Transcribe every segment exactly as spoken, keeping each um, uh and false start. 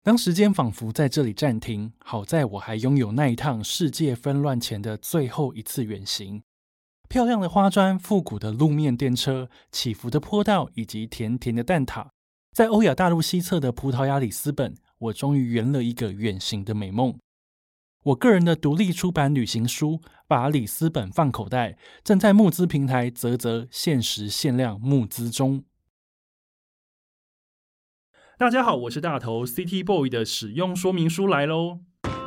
当时间仿佛在这里暂停，好在我还拥有那一趟世界纷乱前的最后一次远行。漂亮的花砖、复古的路面电车、起伏的坡道以及甜甜的蛋挞，在欧亚大陆西侧的葡萄牙里斯本，我终于圆了一个远行的美梦。我个人的独立出版旅行书《把里斯本放口袋》正在募资平台嘖嘖限时限量募资中。大家好，我是大头 City Boy 的使用说明书来咯。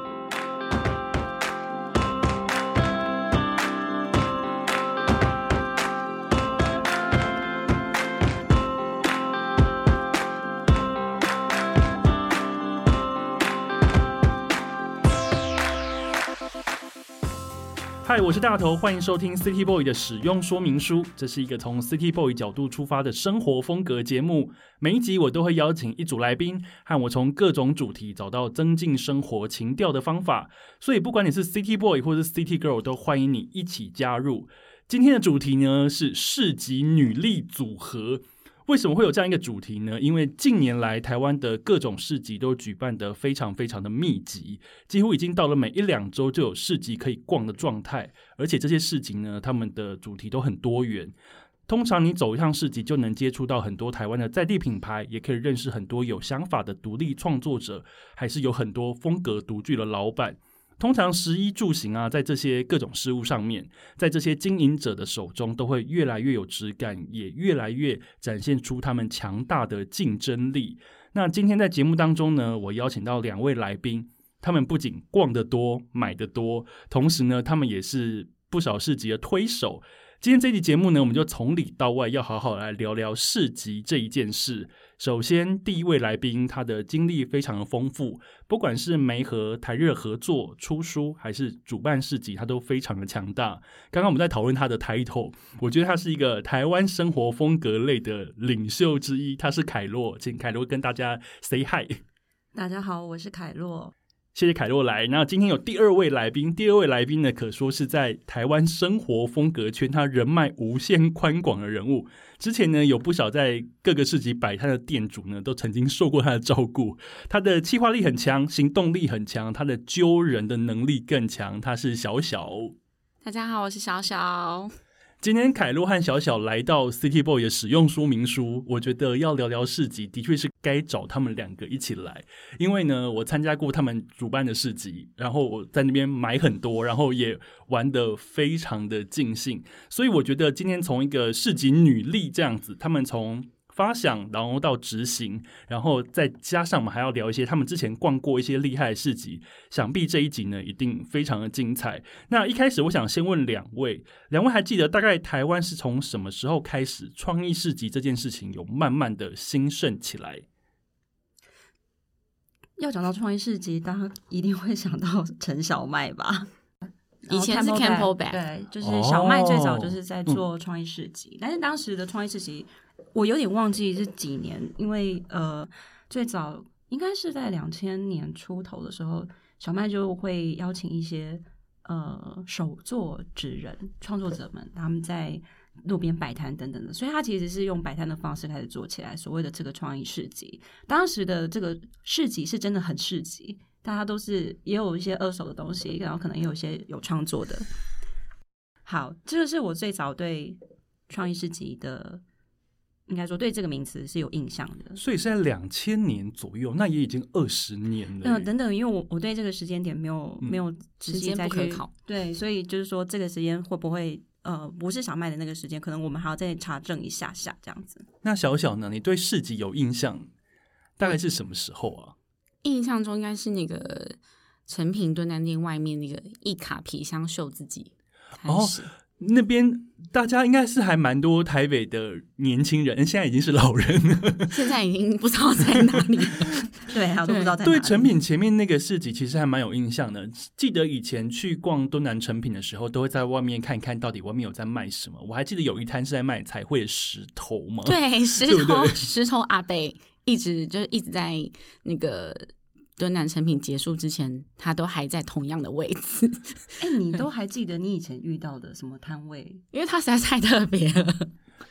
嗨，我是大头，欢迎收听 City Boy 的使用说明书。这是一个从 City Boy 角度出发的生活风格节目。每一集我都会邀请一组来宾，和我从各种主题找到增进生活情调的方法。所以不管你是 City Boy 或是 City Girl， 都欢迎你一起加入。今天的主题呢是市集女力组合。为什么会有这样一个主题呢？因为近年来台湾的各种市集都举办得非常非常的密集，几乎已经到了每一两周就有市集可以逛的状态。而且这些市集呢，他们的主题都很多元。通常你走一趟市集就能接触到很多台湾的在地品牌，也可以认识很多有想法的独立创作者，还是有很多风格独具的老板。通常食衣住行啊，在这些各种事物上面，在这些经营者的手中都会越来越有质感，也越来越展现出他们强大的竞争力。那今天在节目当中呢，我邀请到两位来宾，他们不仅逛得多买得多，同时呢他们也是不少市集的推手。今天这期节目呢，我们就从里到外要好好来聊聊市集这一件事。首先第一位来宾，他的经历非常的丰富，不管是媒合、台日合作、出书还是主办市集，他都非常的强大。刚刚我们在讨论他的 title， 我觉得他是一个台湾生活风格类的领袖之一，他是凯洛。请凯洛跟大家 say hi。 大家好，我是凯洛。 谢谢凯洛来。那今天有第二位来宾，第二位来宾呢，可说是在台湾生活风格圈他人脉无限宽广的人物。之前呢，有不少在各个市集摆摊的店主呢，都曾经受过他的照顾。他的企划力很强，行动力很强，他的揪人的能力更强。他是小小。 大家好，我是小小。 今天凯洛和小小来到 City Boy 的使用说明书，我觉得要聊聊市集，的确是该找他们两个一起来。因为呢，我参加过他们主办的市集，然后我在那边买很多，然后也玩得非常的尽兴。所以我觉得今天从一个市集女力这样子，他们从发想然后到执行，然后再加上我们还要聊一些他们之前逛过一些厉害的市集，想必这一集呢一定非常的精彩。那一开始我想先问两位，两位还记得大概台湾是从什么时候开始创意市集这件事情有慢慢的兴盛起来？ 要讲到创意市集，大家一定会想到陈小麦吧。 以前是 Campbellback， 对，就是小麦最早就是在做创意市集、哦嗯、但是当时的创意市集我有点忘记是几年，因为呃，最早应该是在两千年出头的时候，小麦就会邀请一些呃手作纸人创作者们，他们在路边摆摊等等的，所以他其实是用摆摊的方式开始做起来所谓的这个创意市集。当时的这个市集是真的很市集，大家都是也有一些二手的东西，然后可能也有一些有创作的。好，这个是我最早对创意市集的，应该说对这个名词是有印象的。 所以是在两千年左右，那也已经二十年了。 嗯，等等，因为我我对这个时间点没有、嗯、没有仔细再去时间不可考， 对，所以就是说这个时间会不会呃不是小麦的那个时间，可能我们还要再查证一下下这样子。 那小小呢？你对市集有印象，大概是什么时候啊？ 印象中应该是那个成品敦南店外面那个一卡皮箱秀自己开始。哦， 那边大家应该是还蛮多台北的年轻人，现在已经是老人了， 现在已经不知道在哪里了。 对啊，都不知道在哪里。 对成品前面那个市集其实还蛮有印象的。记得以前去逛敦南成品的时候，都会在外面看看到底外面有在卖什么。我还记得有一摊是在卖彩绘的石头嘛， 对，石头，对对石头阿伯一直就是一直在那个敦南成品结束之前，他都还在同样的位置。 哎、欸，你都还记得你以前遇到的什么摊位？ 因为他实在太特别了。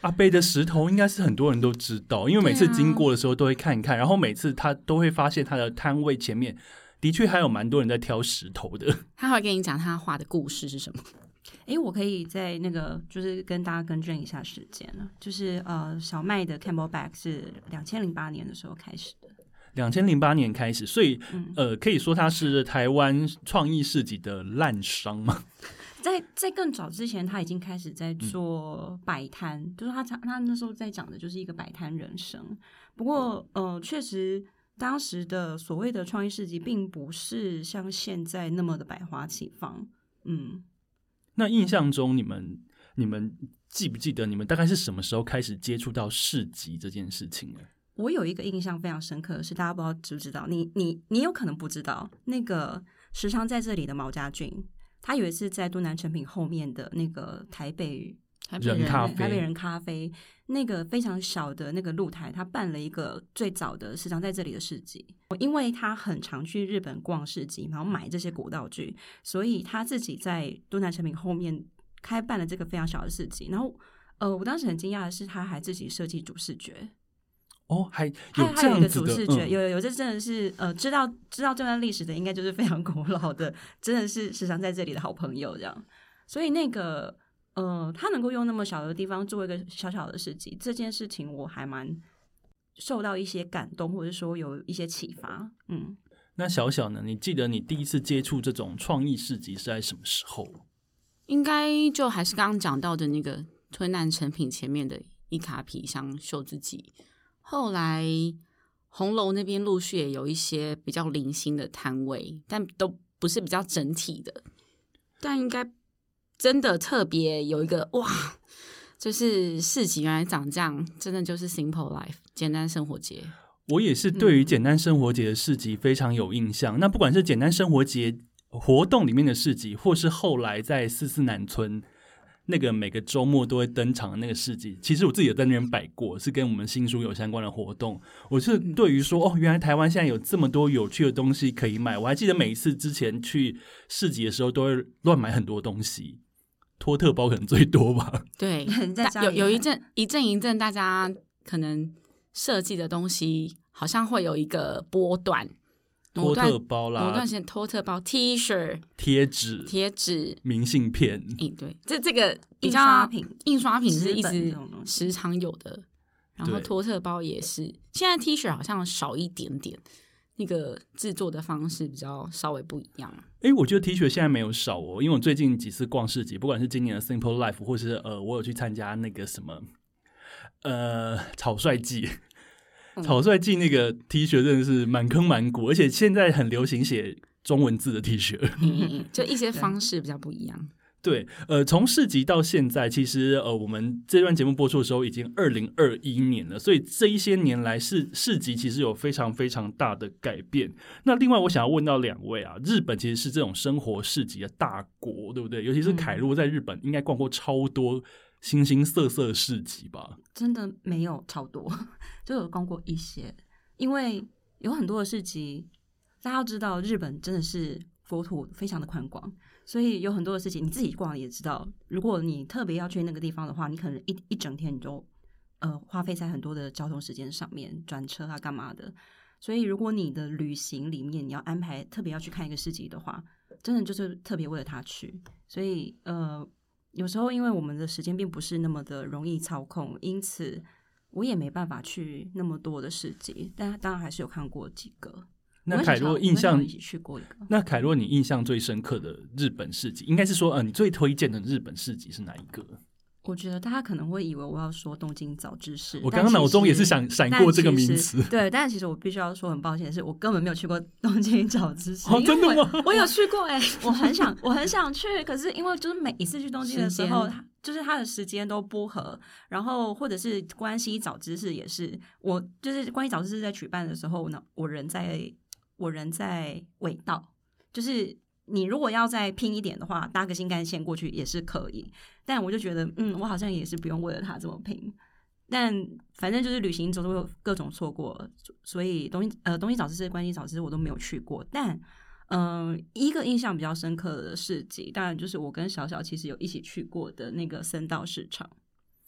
阿贝的石头应该是很多人都知道，因为每次经过的时候都会看一看，啊、然后每次他都会发现他的摊位前面的确还有蛮多人在挑石头的。 他会跟你讲他画的故事是什么。 哎，我可以在那个就是跟大家更正一下时间了，就是呃，小麦的 Camelback 是两千零八年的时候开始的。 两千零八年开始，所以、 嗯、 呃，可以说它是台湾创意市集的滥觞吗？ 在在更早之前，他已经开始在做摆摊，嗯、就是他他那时候在讲的就是一个摆摊人生。不过呃，确实当时的所谓的创意市集，并不是像现在那么的百花齐放。嗯， 那印象中，你们你们记不记得你们大概是什么时候开始接触到市集这件事情呢？ 我有一个印象非常深刻的是，大家不知道知不知道，你你你有可能不知道，那个时常在这里的毛家俊，他有一次在都南成品后面的那个台北台北人咖啡台北人咖啡那个非常小的那个露台，他办了一个最早的时常在这里的市集。因为他很常去日本逛市集，然后买这些古道具，所以他自己在都南成品后面开办了这个非常小的市集。然后呃，我当时很惊讶的是，他还自己设计主视觉。 哦，还有这样子的，还有一个主视觉， 嗯、 有有有，这真的是呃，知道知道这段历史的，应该就是非常古老的，真的是时常在这里的好朋友这样。所以那个呃，他能够用那么小的地方做一个小小的市集，这件事情我还蛮受到一些感动，或者说有一些启发。嗯， 那小小呢？你记得你第一次接触这种创意市集是在什么时候？ 应该就还是刚刚讲到的那个吞南成品前面的伊卡皮箱秀自己。后来红楼那边陆续也有一些比较零星的摊位，但都不是比较整体的。但应该真的特别有一个哇，就是市集原来长这样，真的就是 Simple Life 简单生活节。 我也是对于简单生活节的市集非常有印象。嗯、那不管是简单生活节活动里面的市集，或是后来在四四南村那个每个周末都会登场的那个市集，其实我自己有在那边摆过，是跟我们新书有相关的活动。我是对于说，哦，原来台湾现在有这么多有趣的东西可以买。我还记得每一次之前去市集的时候，都会乱买很多东西，托特包可能最多吧。 对，有有一阵一阵一阵，大家可能设计的东西好像会有一个波段。 托特包啦， 某段时间托特包、T 恤、 贴纸、 贴纸、 明信片， 嗯，对，这这个比较印刷品， 印刷品是一直时常有的。然后托特包也是，现在 T 恤好像少一点点，那个制作的方式比较稍微不一样。 哎，我觉得 T 恤现在没有少哦，因为我最近几次逛市集，不管是今年的 Simple Life， 或是呃，我有去参加那个什么呃草率季。草率季那个 T 恤真的是满坑满谷，而且现在很流行写中文字的 T 恤， 嗯，就一些方式比较不一样。 对，呃，从市集到现在，其实呃，我们这段节目播出的时候已经二零二一年了，所以这一些年来市市集其实有非常非常大的改变。那另外我想要问到两位啊，日本其实是这种生活市集的大国，对不对？尤其是凯洛在日本应该逛过超多形形色色的市集吧？ 真的没有超多，就有逛过一些，因为有很多的市集，大家要知道日本真的是国土非常的宽广，所以有很多的事情你自己逛也知道。如果你特别要去那个地方的话，你可能一一整天你就呃花费在很多的交通时间上面，转车啊干嘛的。所以如果你的旅行里面你要安排特别要去看一个市集的话，真的就是特别为了他去。所以呃。有时候因为我们的时间并不是那么的容易操控，因此我也没办法去那么多的市集，但当然还是有看过几个。 那凯洛印象一起去过一个。 那凯洛你印象最深刻的日本市集，应该是说呃，你最推荐的日本市集是哪一个？ 我觉得大家可能会以为我要说东京早知识， 我刚刚脑中也是想闪过这个名词。 对，但其实我必须要说很抱歉的是，我根本没有去过东京早知识。 哦，真的吗？ 我, 我有去过哎、欸，我很想，我很想去，可是因为就是每一次去东京的时候，就是他的时间都不合，然后或者是关西早知识也是，我就是关西早知识在举办的时候呢，我人在我人在尾道，就是你如果要再拼一点的话，搭个新干线过去也是可以。但我就觉得，嗯，我好像也是不用为了他这么拼。但反正就是旅行总是会有各种错过，所以东西呃东西早知识、关西早知识我都没有去过。但嗯、呃，一个印象比较深刻的市集，当然就是我跟小小其实有一起去过的那个森道市场。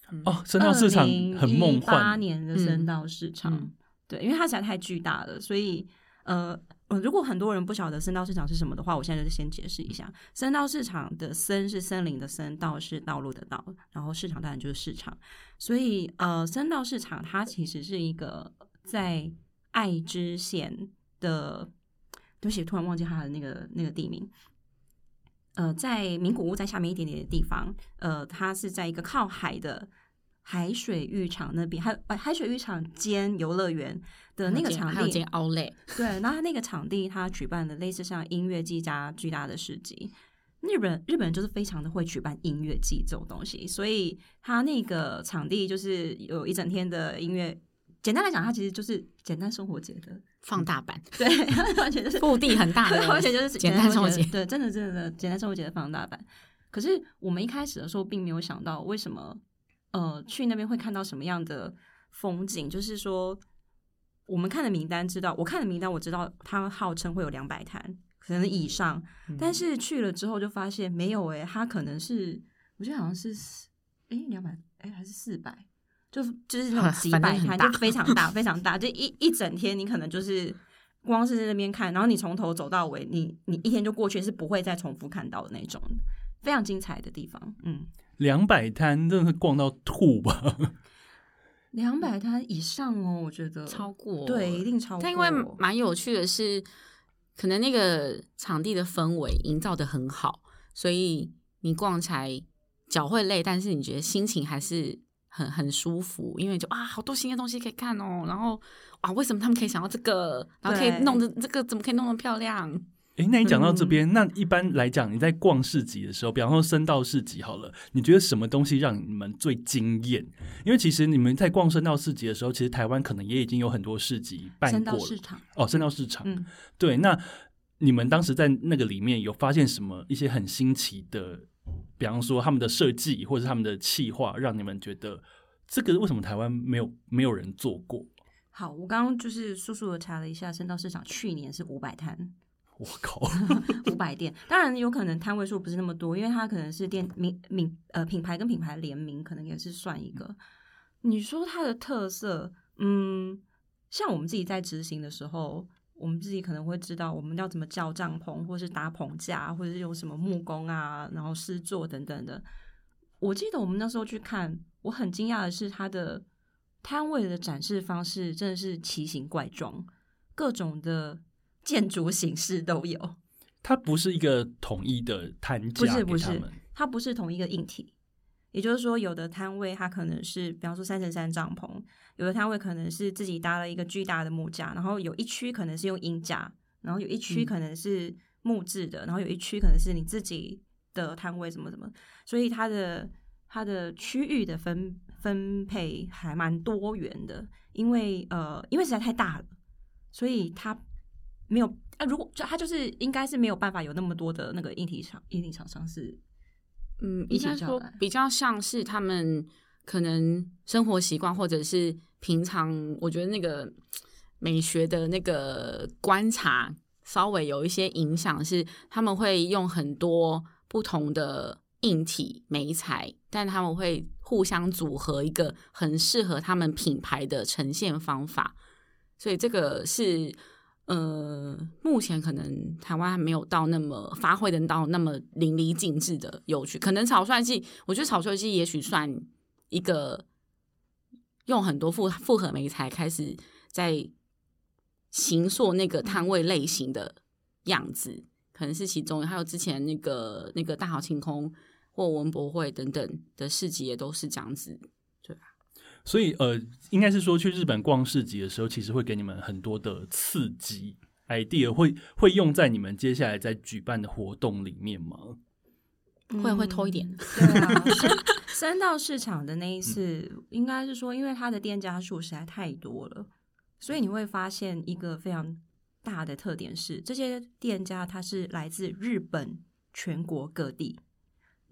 哦，生稻市场很梦幻。 八年的生稻市场、嗯，对，因为它实在太巨大了，所以呃，如果很多人不晓得生稻市场是什么的话，我现在就先解释一下。生稻市场的森是森林的森，稻是道路的道，然后市场当然就是市场。所以呃，生稻市场它其实是一个在爱知县的，对不起，突然忘记它的那个那个地名。呃，在名古屋在下面一点点的地方，呃，它是在一个靠海的海水浴场那边，还海水浴场兼游乐园的那个场地， 还有间 Outlet， 对，然后它那个场地它举办的类似像音乐季加巨大的市集。日本日本人就是非常的会举办音乐季这种东西，所以它那个场地就是有一整天的音乐。简单来讲，它其实就是简单生活节的放大版， 对，完全就是腹地很大的， 完全就是简单生活节， 对，真的真的简单生活节的放大版。可是我们一开始的时候，并没有想到为什么，呃，去那边会看到什么样的风景。就是说，我们看的名单知道，我看的名单我知道，它号称会有两百摊，可能以上， 嗯、 但是去了之后就发现没有、欸，哎，它可能是，我觉得好像是，哎，两百，哎，还是四百。就就是那种几百摊，就非常大非常大，就一一整天，你可能就是光是在那边看，然后你从头走到尾，你你一天就过去，是不会再重复看到的那种，非常精彩的地方。嗯， 两百摊真的是逛到吐吧？ 两百摊以上哦，我觉得超过， 对，一定超过。 但因为蛮有趣的是，可能那个场地的氛围营造的很好，所以你逛起来脚会累，但是你觉得心情还是。很很舒服，因为就啊，好多新的东西可以看哦。然后啊，为什么他们可以想到这个，然后可以弄的这个怎么可以弄得漂亮？ 哎，那你讲到这边、嗯，那一般来讲，你在逛市集的时候，比方说生稻市集好了，你觉得什么东西让你们最惊艳？因为其实你们在逛生稻市集的时候，其实台湾可能也已经有很多市集办过了。 生稻市场哦，生稻市场、 嗯， 对。那你们当时在那个里面有发现什么一些很新奇的？比方说他们的设计或者是他们的企划，让你们觉得这个为什么台湾没有没有人做过？ 好，我刚刚就是速速的查了一下，生稻市场去年是五百摊， 我靠， 五百店。当然有可能摊位数不是那么多，因为它可能是店名名呃品牌跟品牌联名，可能也是算一个。你说它的特色，嗯，像我们自己在执行的时候。我们自己可能会知道我们要怎么叫帐篷，或是搭棚架，或者是用什么木工啊，然后施作等等的。我记得我们那时候去看，我很惊讶的是它的摊位的展示方式真的是奇形怪状，各种的建筑形式都有。 它不是一个统一的摊架， 不是不是，它不是同一个硬体。也就是说，有的摊位它可能是，比方说三乘三帐篷，有的摊位可能是自己搭了一个巨大的木架，然后有一区可能是用鹰架，然后有一区可能是木质的，嗯、然后有一区可能是你自己的摊位，什么什么，所以它的它的区域的分分配还蛮多元的，因为呃，因为实在太大了，所以它没有啊，如果它就是应该是没有办法有那么多的那个硬体厂硬体厂商是。 嗯，应该说比较像是他们可能生活习惯，或者是平常我觉得那个美学的那个观察稍微有一些影响，是他们会用很多不同的硬体媒材，但他们会互相组合一个很适合他们品牌的呈现方法，所以这个是呃，目前可能台湾还没有到那么发挥得到那么淋漓尽致的有趣。可能草率季，我觉得草率季也许算一个用很多复复合媒材开始在形塑那个摊位类型的样子，可能是其中。还有之前那个那个大好晴空或文博会等等的市集也都是这样子，对吧？ 所以呃，应该是说去日本逛市集的时候，其实会给你们很多的刺激 idea， 会会用在你们接下来在举办的活动里面吗？ 会会偷一点。 对啊，生稻市场的那一次，嗯、应该是说，因为它的店家数实在太多了，所以你会发现一个非常大的特点是，这些店家它是来自日本全国各地。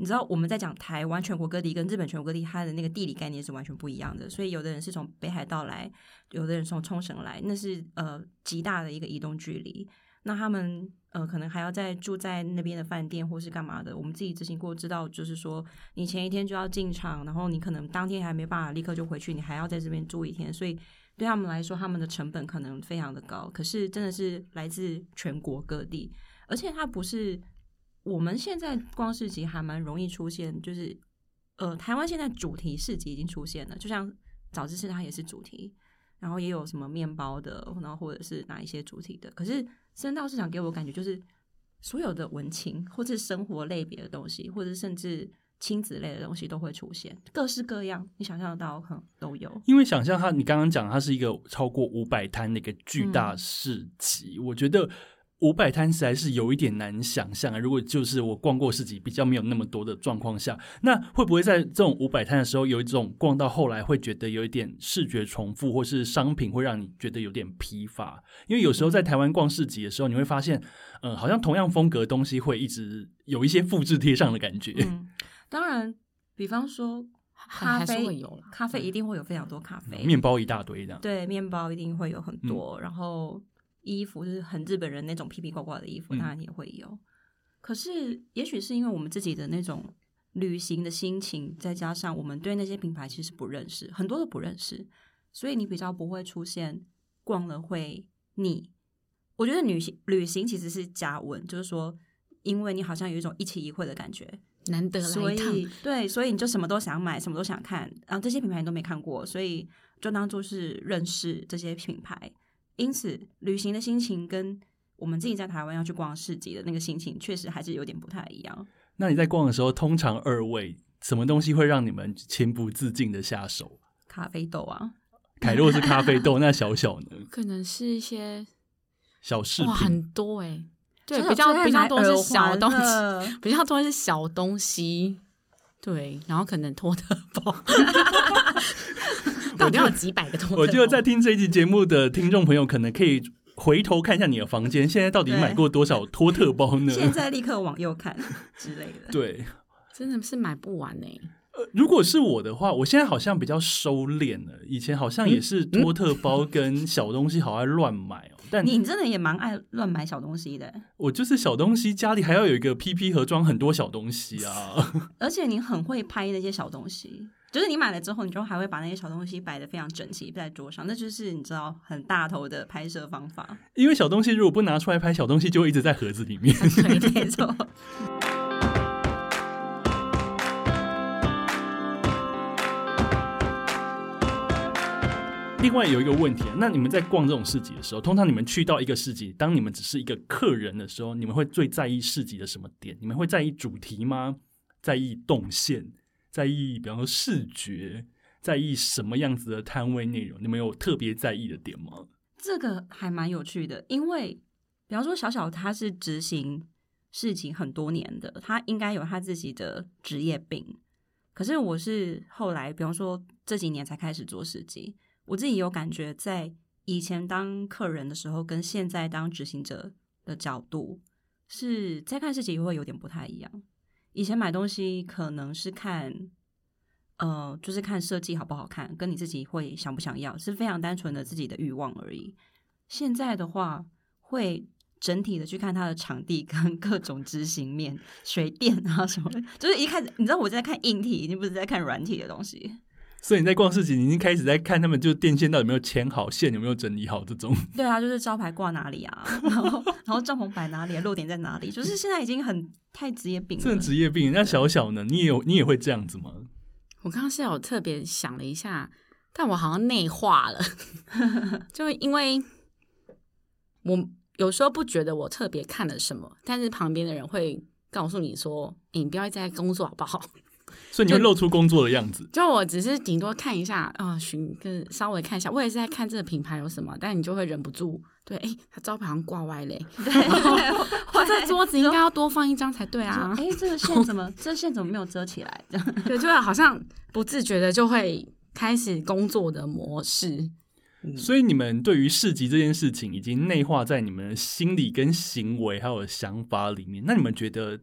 你知道我们在讲台湾全国各地跟日本全国各地，它的那个地理概念是完全不一样的。所以有的人是从北海道来，有的人从冲绳来，那是呃极大的一个移动距离。那他们呃可能还要再住在那边的饭店或是干嘛的。我们自己执行过，知道就是说你前一天就要进场，然后你可能当天还没办法立刻就回去，你还要在这边住一天，所以对他们来说，他们的成本可能非常的高。可是真的是来自全国各地，而且它不是。我们现在逛市集还蛮容易出现，就是呃，台湾现在主题市集已经出现了，就像早知识它也是主题，然后也有什么面包的，然后或者是哪一些主题的。可是深道市场给我感觉就是所有的文青或者生活类别的东西，或者甚至亲子类的东西都会出现，各式各样，你想象得到可能都有。 因为想象它，你刚刚讲它是一个超过五百摊的一个巨大市集，嗯、我觉得。五百摊实在是有一点难想象啊！如果就是我逛过市集比较没有那么多的状况下，那会不会在这种五百摊的时候有一种逛到后来会觉得有一点视觉重复，或是商品会让你觉得有点疲乏？因为有时候在台湾逛市集的时候，你会发现，呃，好像同样风格的东西会一直有一些复制贴上的感觉。 嗯，当然，比方说咖啡， 还是会有啦， 咖啡一定会有非常多咖啡， 面包一大堆的， 对，面包一定会有很多，嗯、然后。衣服就是很日本人那种披披挂挂的衣服，当然也会有。嗯、可是，也许是因为我们自己的那种旅行的心情，再加上我们对那些品牌其实不认识，很多都不认识，所以你比较不会出现逛了会腻。我觉得旅行旅行其实是加温，就是说，因为你好像有一种一期一会的感觉， 难得来一趟， 所以对，所以你就什么都想买，什么都想看，然后这些品牌你都没看过，所以就当做是认识这些品牌。因此旅行的心情跟我们自己在台湾要去逛市集的那个心情确实还是有点不太一样。 那你在逛的时候，通常二位什么东西会让你们情不自禁的下手？ 咖啡豆啊， 凯洛是咖啡豆，那小小呢？ 可能是一些小饰品， 哇，很多哎、欸，对，比较比较多是小东西，比较多是小东西，对，然后可能托特包。到底有几百个托特包？ 我觉得在听这一集节目的听众朋友，可能可以回头看一下你的房间，现在到底买过多少托特包呢？ 现在立刻往右看之类的。 对， 真的是买不完呢、欸。 呃，如果是我的话，我现在好像比较收敛了。以前好像也是托特包跟小东西好爱乱买哦。但你真的也蛮爱乱买小东西的。 我就是小东西，家里还要有一个 P P 盒装很多小东西啊。 而且你很会拍那些小东西，就是你买了之后，你就还会把那些小东西摆得非常整齐在桌上，那就是你知道很大头的拍摄方法。 因为小东西如果不拿出来拍，小东西就会一直在盒子里面。 对，没错。 另外有一个问题，那你们在逛这种市集的时候，通常你们去到一个市集，当你们只是一个客人的时候，你们会最在意市集的什么点？你们会在意主题吗？在意动线？在意比方说视觉？在意什么样子的摊位内容？你们有特别在意的点吗？ 这个还蛮有趣的，因为比方说小小他是执行市集很多年的，他应该有他自己的职业病。可是我是后来比方说这几年才开始做市集，我自己有感觉，在以前当客人的时候跟现在当执行者的角度，是在看市集会有点不太一样。以前买东西可能是看呃，就是看设计好不好看，跟你自己会想不想要，是非常单纯的自己的欲望而已。现在的话会整体的去看它的场地跟各种执行面、水电啊什么的，就是一看你知道我在看硬体，已经不是在看软体的东西。 所以你在逛市集，你已经开始在看他们就电线到底有没有牵好，线有没有整理好这种。 对啊，就是招牌挂哪里啊，然后然后帐篷摆哪里啊，落点在哪里，就是现在已经很太职业病了。这职业病。那小小呢？你也有你也会这样子吗？ 我刚刚是有特别想了一下，但我好像内化了，就因为我有时候不觉得我特别看了什么，但是旁边的人会告诉你说：“欸，你不要一直在工作好不好？” 所以你会露出工作的样子。 就, 就我只是顶多看一下啊，寻、呃、稍微看一下，我也是在看这个品牌有什么，但你就会忍不住对，哎、欸，他招牌好像挂歪嘞，他这桌子应该要多放一张才对啊。 哎、欸，这个线怎么这线怎么没有遮起来？ 对，就好像不自觉的就会开始工作的模式。 嗯、所以你们对于市集这件事情已经内化在你们的心理跟行为还有想法里面。那你们觉得？比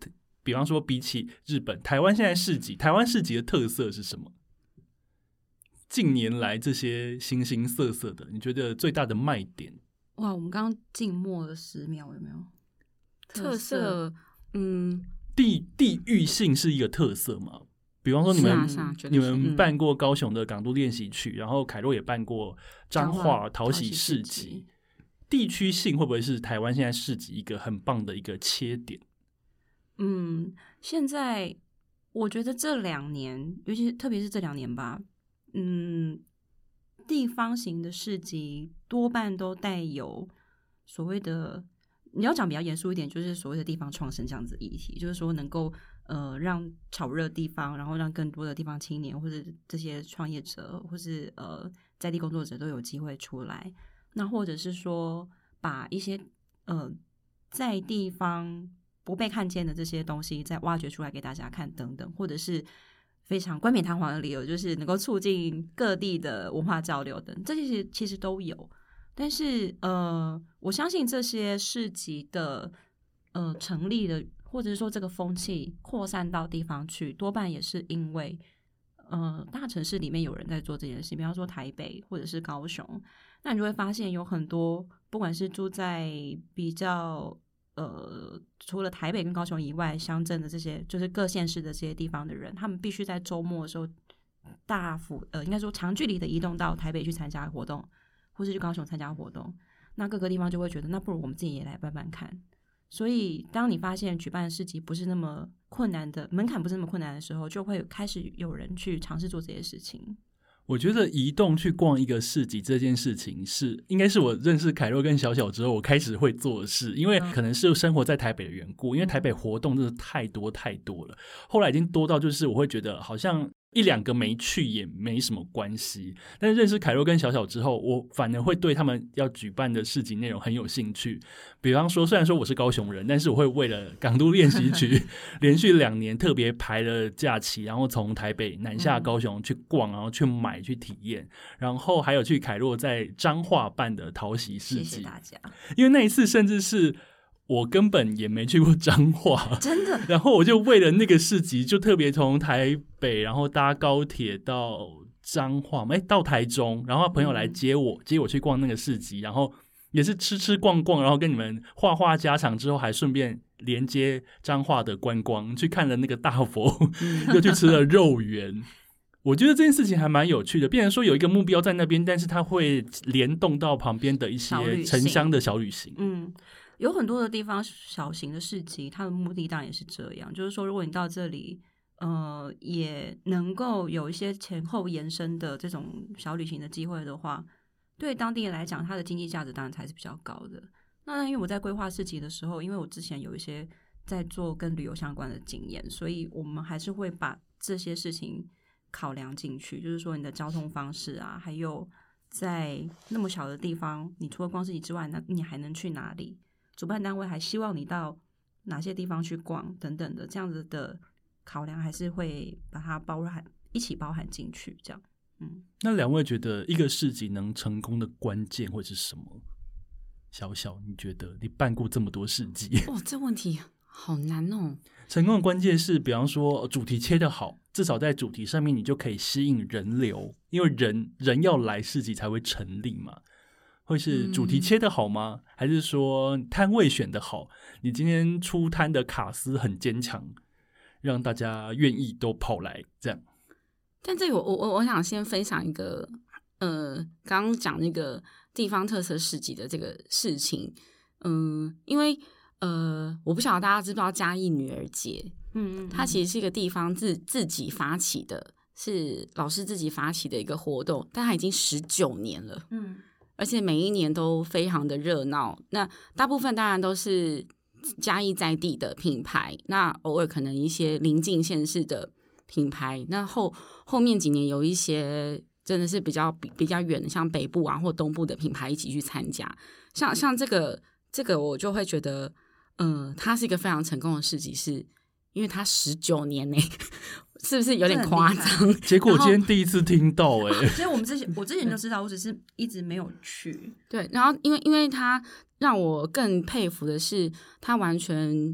比方说比起日本，台湾现在市集，台湾市集的特色是什么？近年来这些形形色色的，你觉得最大的卖点？ 哇，我们刚刚静默了十秒，有没有？ 特色，嗯， 地地域性是一个特色嘛？比方说你们、 啊啊、 你们办过高雄的港都练习曲，然后凯洛也办过彰化讨喜市集，地区性会不会是台湾现在市集一个很棒的一个切点？ 嗯，现在我觉得这两年，尤其是特别是这两年吧。嗯，地方型的市集多半都带有所谓的，你要讲比较严肃一点，就是所谓的地方创生这样子的议题，就是说能够呃让炒热地方，然后让更多的地方青年或者这些创业者或是呃在地工作者都有机会出来，那或者是说把一些呃在地方不被看见的这些东西再挖掘出来给大家看等等，或者是非常冠冕堂皇的理由，就是能够促进各地的文化交流等，这些其实都有。但是呃，我相信这些市集的呃成立的，或者是说这个风气扩散到地方去，多半也是因为呃大城市里面有人在做这件事，比方说台北或者是高雄，那你就会发现有很多不管是住在比较呃，除了台北跟高雄以外，乡镇的这些就是各县市的这些地方的人，他们必须在周末的时候大幅呃，应该说长距离的移动到台北去参加活动，或是去高雄参加活动。那各个地方就会觉得，那不如我们自己也来办办看。所以，当你发现举办市集不是那么困难的，门槛不是那么困难的时候，就会开始有人去尝试做这些事情。 我觉得移动去逛一个市集这件事情是应该是我认识凯洛跟小小之后我开始会做的事，因为可能是生活在台北的缘故，因为台北活动真的太多太多了，后来已经多到就是我会觉得好像一两个没去也没什么关系，但是认识凯洛跟小小之后，我反而会对他们要举办的市集内容很有兴趣。比方说虽然说我是高雄人，但是我会为了港都练习曲连续两年特别排了假期，然后从台北南下高雄去逛，然后去买去体验，然后还有去凯洛在彰化办的讨喜市集。 谢谢大家。 因为那一次甚至是我根本也没去过彰化， 真的。 然后我就为了那个市集，就特别从台北，然后搭高铁到彰化，哎，到台中，然后朋友来接我，嗯、接我去逛那个市集，然后也是吃吃逛逛，然后跟你们话话家常之后，还顺便连接彰化的观光，去看了那个大佛，嗯、又去吃了肉圆。我觉得这件事情还蛮有趣的，变成说有一个目标在那边，但是它会联动到旁边的一些城乡的小旅行。 嗯。有很多的地方小型的市集，它的目的当然也是这样，就是说如果你到这里呃，也能够有一些前后延伸的这种小旅行的机会的话，对当地人来讲它的经济价值当然才是比较高的。那因为我在规划市集的时候，因为我之前有一些在做跟旅游相关的经验，所以我们还是会把这些事情考量进去，就是说你的交通方式啊，还有在那么小的地方，你除了逛市集之外，那你还能去哪里，主办单位还希望你到哪些地方去逛等等的，这样子的考量还是会把它包含一起包含进去这样。嗯， 那两位觉得一个市集能成功的关键会是什么？小小你觉得你办过这么多市集， 哇，这问题好难哦。 成功的关键是比方说主题切得好，至少在主题上面你就可以吸引人流，因为人人要来市集才会成立嘛。会是主题切得好吗？嗯、还是说摊位选得好？你今天出摊的卡司很坚强，让大家愿意都跑来这样。 但这个我我我想先分享一个，呃，刚刚讲那个地方特色市集的这个事情，嗯、呃，因为呃，我不晓得大家知不知道嘉义女儿节，嗯, 嗯, 嗯，它其实是一个地方自自己发起的，是老师自己发起的一个活动，但它已经十九年了，嗯。而且每一年都非常的热闹，那大部分当然都是嘉义在地的品牌，那偶尔可能一些邻近县市的品牌，那后后面几年有一些真的是比较比比较远的，像北部啊或东部的品牌一起去参加，像像这个这个我就会觉得，嗯、呃，它是一个非常成功的市集，是因为它十九年呢、欸。是不是有点夸张？ 结果我今天第一次听到哎、欸， 所以我们之前我之前就知道，我只是一直没有去。 对，然后因为因为他让我更佩服的是，他完全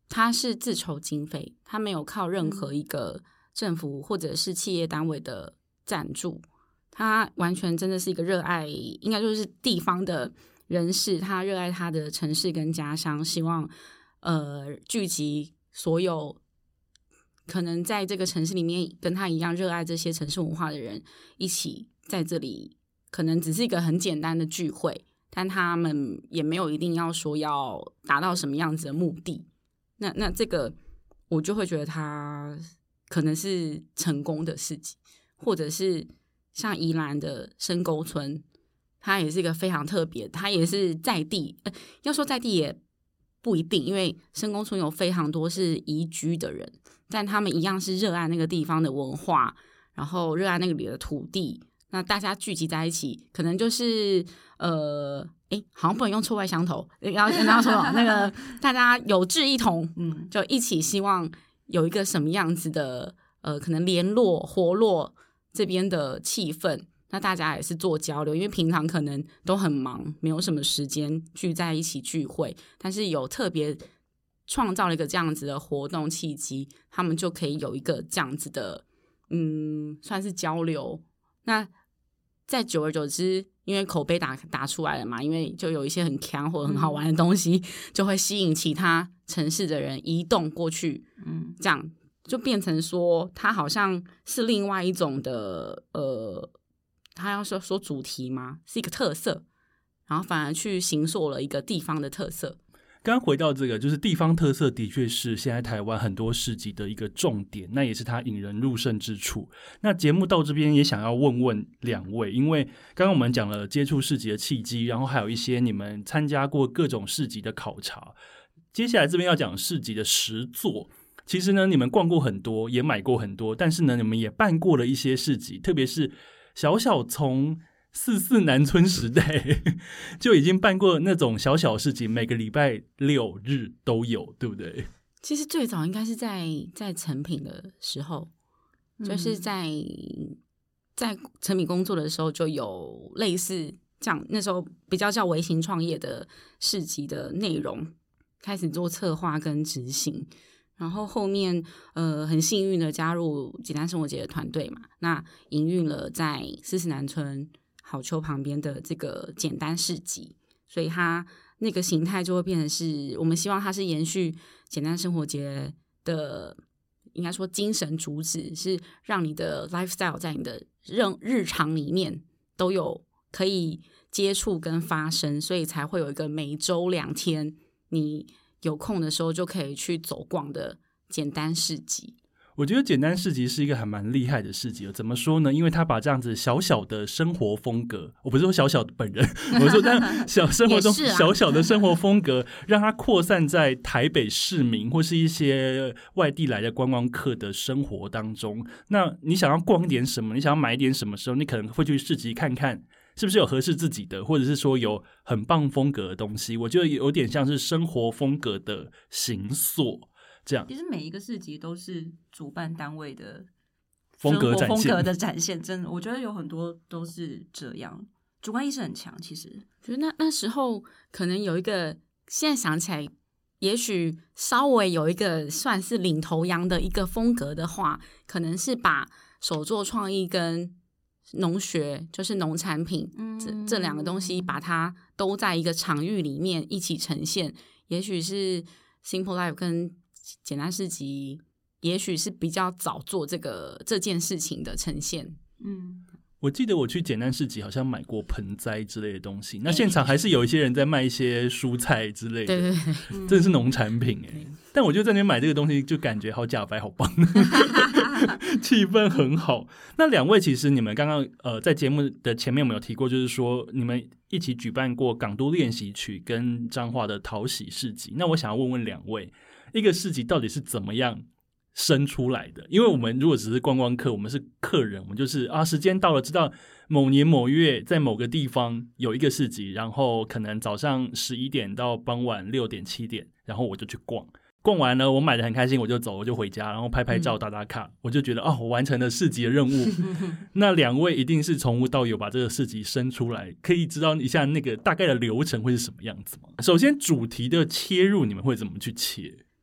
它是自筹经费，它没有靠任何一个政府或者是企业单位的赞助，它完全真的是一个热爱，应该说是地方的人士，他热爱他的城市跟家乡，希望呃聚集所有可能在这个城市里面跟他一样热爱这些城市文化的人，一起在这里，可能只是一个很简单的聚会，但他们也没有一定要说要达到什么样子的目的。那那这个我就会觉得他可能是成功的事情，或者是像宜兰的深沟村，它也是一个非常特别，它也是在地，呃、要说在地也不一定，因为深沟村有非常多是移居的人，但他们一样是热爱那个地方的文化，然后热爱那个里的土地。那大家聚集在一起，可能就是呃，哎，好像不能用臭味相投，要跟大家说那个大家有志一同，嗯，就一起希望有一个什么样子的呃，可能联络活络这边的气氛。那大家也是做交流，因为平常可能都很忙，没有什么时间聚在一起聚会，但是有特别创造了一个这样子的活动契机，他们就可以有一个这样子的嗯，算是交流。那在久而久之，因为口碑打打出来了嘛，因为就有一些很强或者很好玩的东西，嗯、就会吸引其他城市的人移动过去，嗯，这样就变成说，它好像是另外一种的呃，他要说说主题吗？是一个特色，然后反而去形塑了一个地方的特色。 刚刚回到这个，就是地方特色的确是现在台湾很多市集的一个重点，那也是它引人入胜之处。那节目到这边也想要问问两位，因为刚刚我们讲了接触市集的契机，然后还有一些你们参加过各种市集的考察，接下来这边要讲市集的实作。其实呢，你们逛过很多，也买过很多，但是呢，你们也办过了一些市集，特别是小小从四四南村时代就已经办过那种小小市集，每个礼拜六日都有，对不对？ 其实最早应该是在在成品的时候，嗯、就是在在成品工作的时候就有类似这样，那时候比较叫微型创业的市集的内容，开始做策划跟执行。然后后面呃很幸运的加入简单生活节的团队嘛，那营运了在四四南村好丘旁边的这个简单市集，所以它那个形态就会变成是我们希望它是延续简单生活节的，应该说精神主旨是让你的 lifestyle 在你的日常里面都有可以接触跟发生，所以才会有一个每周两天你有空的时候就可以去走逛的简单市集。 我觉得简单市集是一个还蛮厉害的市集，怎么说呢？因为他把这样子小小的生活风格，我不是说小小的本人，我说但小生活中小小的生活风格，让它扩散在台北市民或是一些外地来的观光客的生活当中。那你想要逛点什么，你想要买点什么时候，你可能会去市集看看是不是有合适自己的，或者是说有很棒风格的东西。我觉得有点像是生活风格的形塑。这样， 其实每一个市集都是主办单位的风格展现， 风格的展现，真的，我觉得有很多都是这样，主观意识很强。其实， 觉得那那时候可能有一个，现在想起来，也许稍微有一个算是领头羊的一个风格的话，可能是把手作创意跟农学，就是农产品、嗯、这这两个东西，把它都在一个场域里面一起呈现。也许是 Simple Life 跟简单市集也许是比较早做这个这件事情的呈现。嗯， 我记得我去简单市集好像买过盆栽之类的东西，那现场还是有一些人在卖一些蔬菜之类的， 对对对， 真的是农产品哎、嗯。但我就在那边买这个东西，就感觉好假白好棒，气氛很好。那两位其实你们刚刚呃在节目的前面我们有提过，就是说你们一起举办过港都练习曲跟彰化的讨喜市集。那我想要问问两位，一个市集到底是怎么样生出来的？因为我们如果只是观光客，我们是客人，我们就是啊，时间到了，知道某年某月在某个地方有一个市集，然后可能早上十一点到傍晚六点七点，然后我就去逛，逛完了我买的很开心，我就走，我就回家，然后拍拍照打打卡、嗯、我就觉得哦，我完成了市集的任务。那两位一定是从无到有把这个市集生出来，可以知道一下那个大概的流程会是什么样子吗？首先主题的切入你们会怎么去切？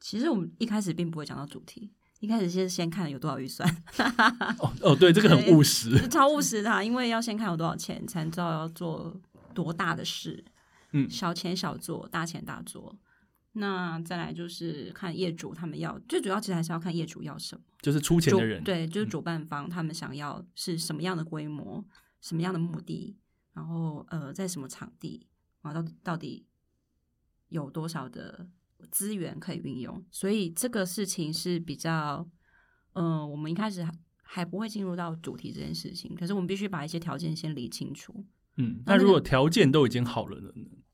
其实我们一开始并不会讲到主题，一开始先先看有多少预算。 哦哦，对，这个很务实， 超务实的、啊，因为要先看有多少钱，才知道要做多大的事。 嗯， 小钱小做，大钱大做。那再来就是看业主他们要，最主要其实还是要看业主要什么， 就是出钱的人， 对，就是主办方他们想要是什么样的规模、嗯、什么样的目的，然后呃在什么场地，然后到到底有多少的资源可以运用，所以这个事情是比较，嗯、呃，我们一开始还还不会进入到主题这件事情，可是我们必须把一些条件先理清楚。 嗯，那如果条件都已经好了呢？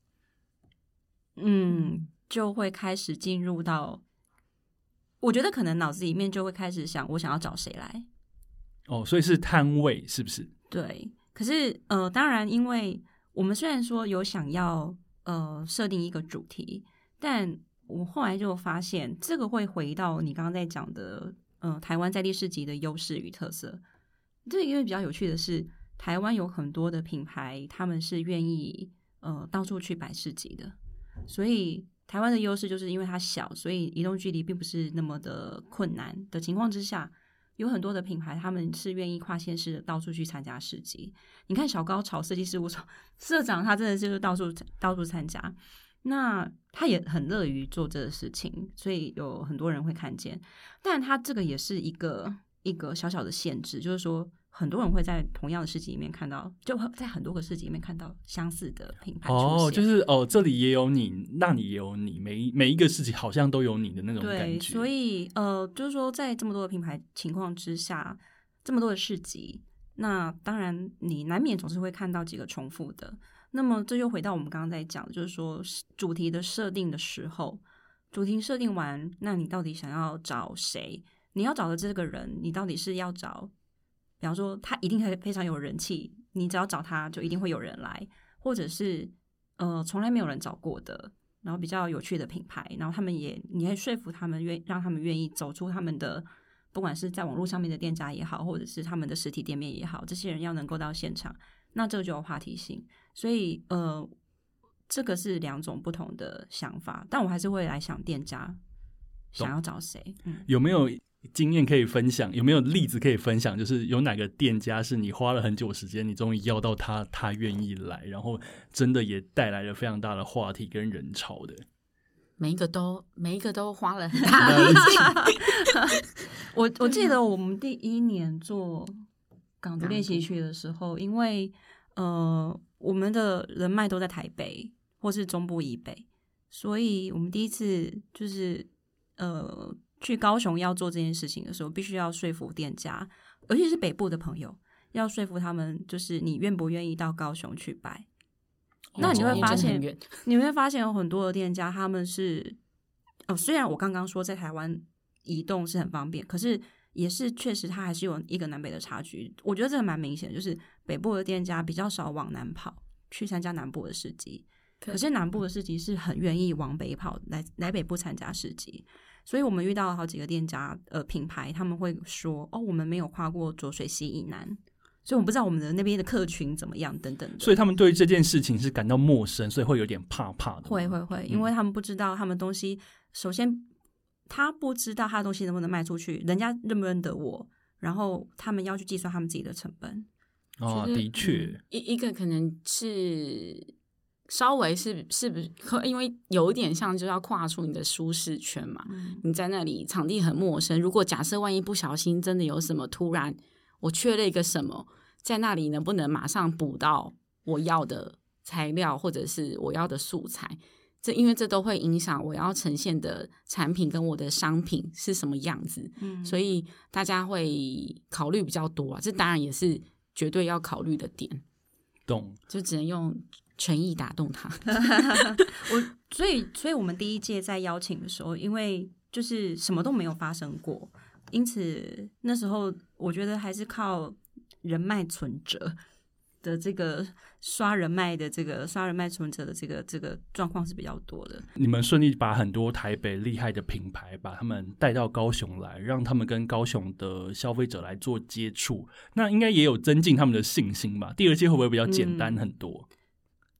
嗯，就会开始进入到，我觉得可能脑子里面就会开始想，我想要找谁来。 哦，所以是摊位是不是？ 对，可是呃，当然，因为我们虽然说有想要呃设定一个主题，但我后来就发现，这个会回到你刚刚在讲的，呃，台湾在地市集的优势与特色。这因为比较有趣的是，台湾有很多的品牌，他们是愿意呃到处去摆市集的。所以台湾的优势就是因为它小，所以移动距离并不是那么的困难的情况之下，有很多的品牌他们是愿意跨县市的到处去参加市集。你看小高潮设计事务所社长，他真的就是到处到处参加，那他也很乐于做这个事情，所以有很多人会看见。但他这个也是一个一个小小的限制，就是说很多人会在同样的市集里面看到，就在很多个市集里面看到相似的品牌出现。 哦，就是哦，这里也有你，那里也有你，每每一个市集好像都有你的那种感觉。 对，所以呃，就是说在这么多的品牌情况之下，这么多的市集，那当然你难免总是会看到几个重复的。那么这就回到我们刚刚在讲的，就是说主题的设定的时候，主题设定完，那你到底想要找谁？你要找的这个人，你到底是要找，比方说他一定会非常有人气，你只要找他就一定会有人来，或者是呃从来没有人找过的，然后比较有趣的品牌，然后他们也你可以说服他们愿让他们愿意走出他们的，不管是在网络上面的店家也好，或者是他们的实体店面也好，这些人要能够到现场，那这个就有话题性。所以呃这个是两种不同的想法，但我还是会来想店家想要找谁、嗯、 有没有经验可以分享，有没有例子可以分享，就是有哪个店家是你花了很久时间，你终于要到他他愿意来，然后真的也带来了非常大的话题跟人潮的？ 每一个都每一个都花了很大的力气我我记得我们第一年做港都练习区的时候，因为呃我们的人脉都在台北或是中部以北，所以我们第一次就是呃去高雄要做这件事情的时候，必须要说服店家，尤其是北部的朋友，要说服他们，就是你愿不愿意到高雄去摆。那你会发现，你会发现有很多的店家，他们是哦，虽然我刚刚说在台湾移动是很方便，可是也是确实它还是有一个南北的差距。我觉得这个蛮明显的，就是北部的店家比较少往南跑去参加南部的市集，可是南部的市集是很愿意往北跑来来北部参加市集。所以我们遇到了好几个店家呃品牌，他们会说哦，我们没有跨过浊水溪以南，所以我们不知道我们的那边的客群怎么样等等的， 所以他们对这件事情是感到陌生，所以会有点怕怕的。 会会会，因为他们不知道他们东西，嗯、首先他不知道他的东西能不能卖出去，人家认不认得我，然后他们要去计算他们自己的成本。 哦，的确， 嗯、一一个可能是。稍微是是不是因为有一点像就要跨出你的舒适圈嘛、嗯、你在那里场地很陌生，如果假设万一不小心真的有什么突然我缺了一个什么，在那里能不能马上补到我要的材料或者是我要的素材，这因为这都会影响我要呈现的产品跟我的商品是什么样子、嗯、所以大家会考虑比较多啊，这当然也是绝对要考虑的点。 懂， 就只能用诚意打动他。 我所以所以我们第一届在邀请的时候，因为就是什么都没有发生过，因此那时候我觉得还是靠人脉存折的这个刷人脉的这个刷人脉存折的这个这个状况是比较多的。 你们顺利把很多台北厉害的品牌把他们带到高雄来，让他们跟高雄的消费者来做接触，那应该也有增进他们的信心吧？第二届会不会比较简单很多？ 嗯，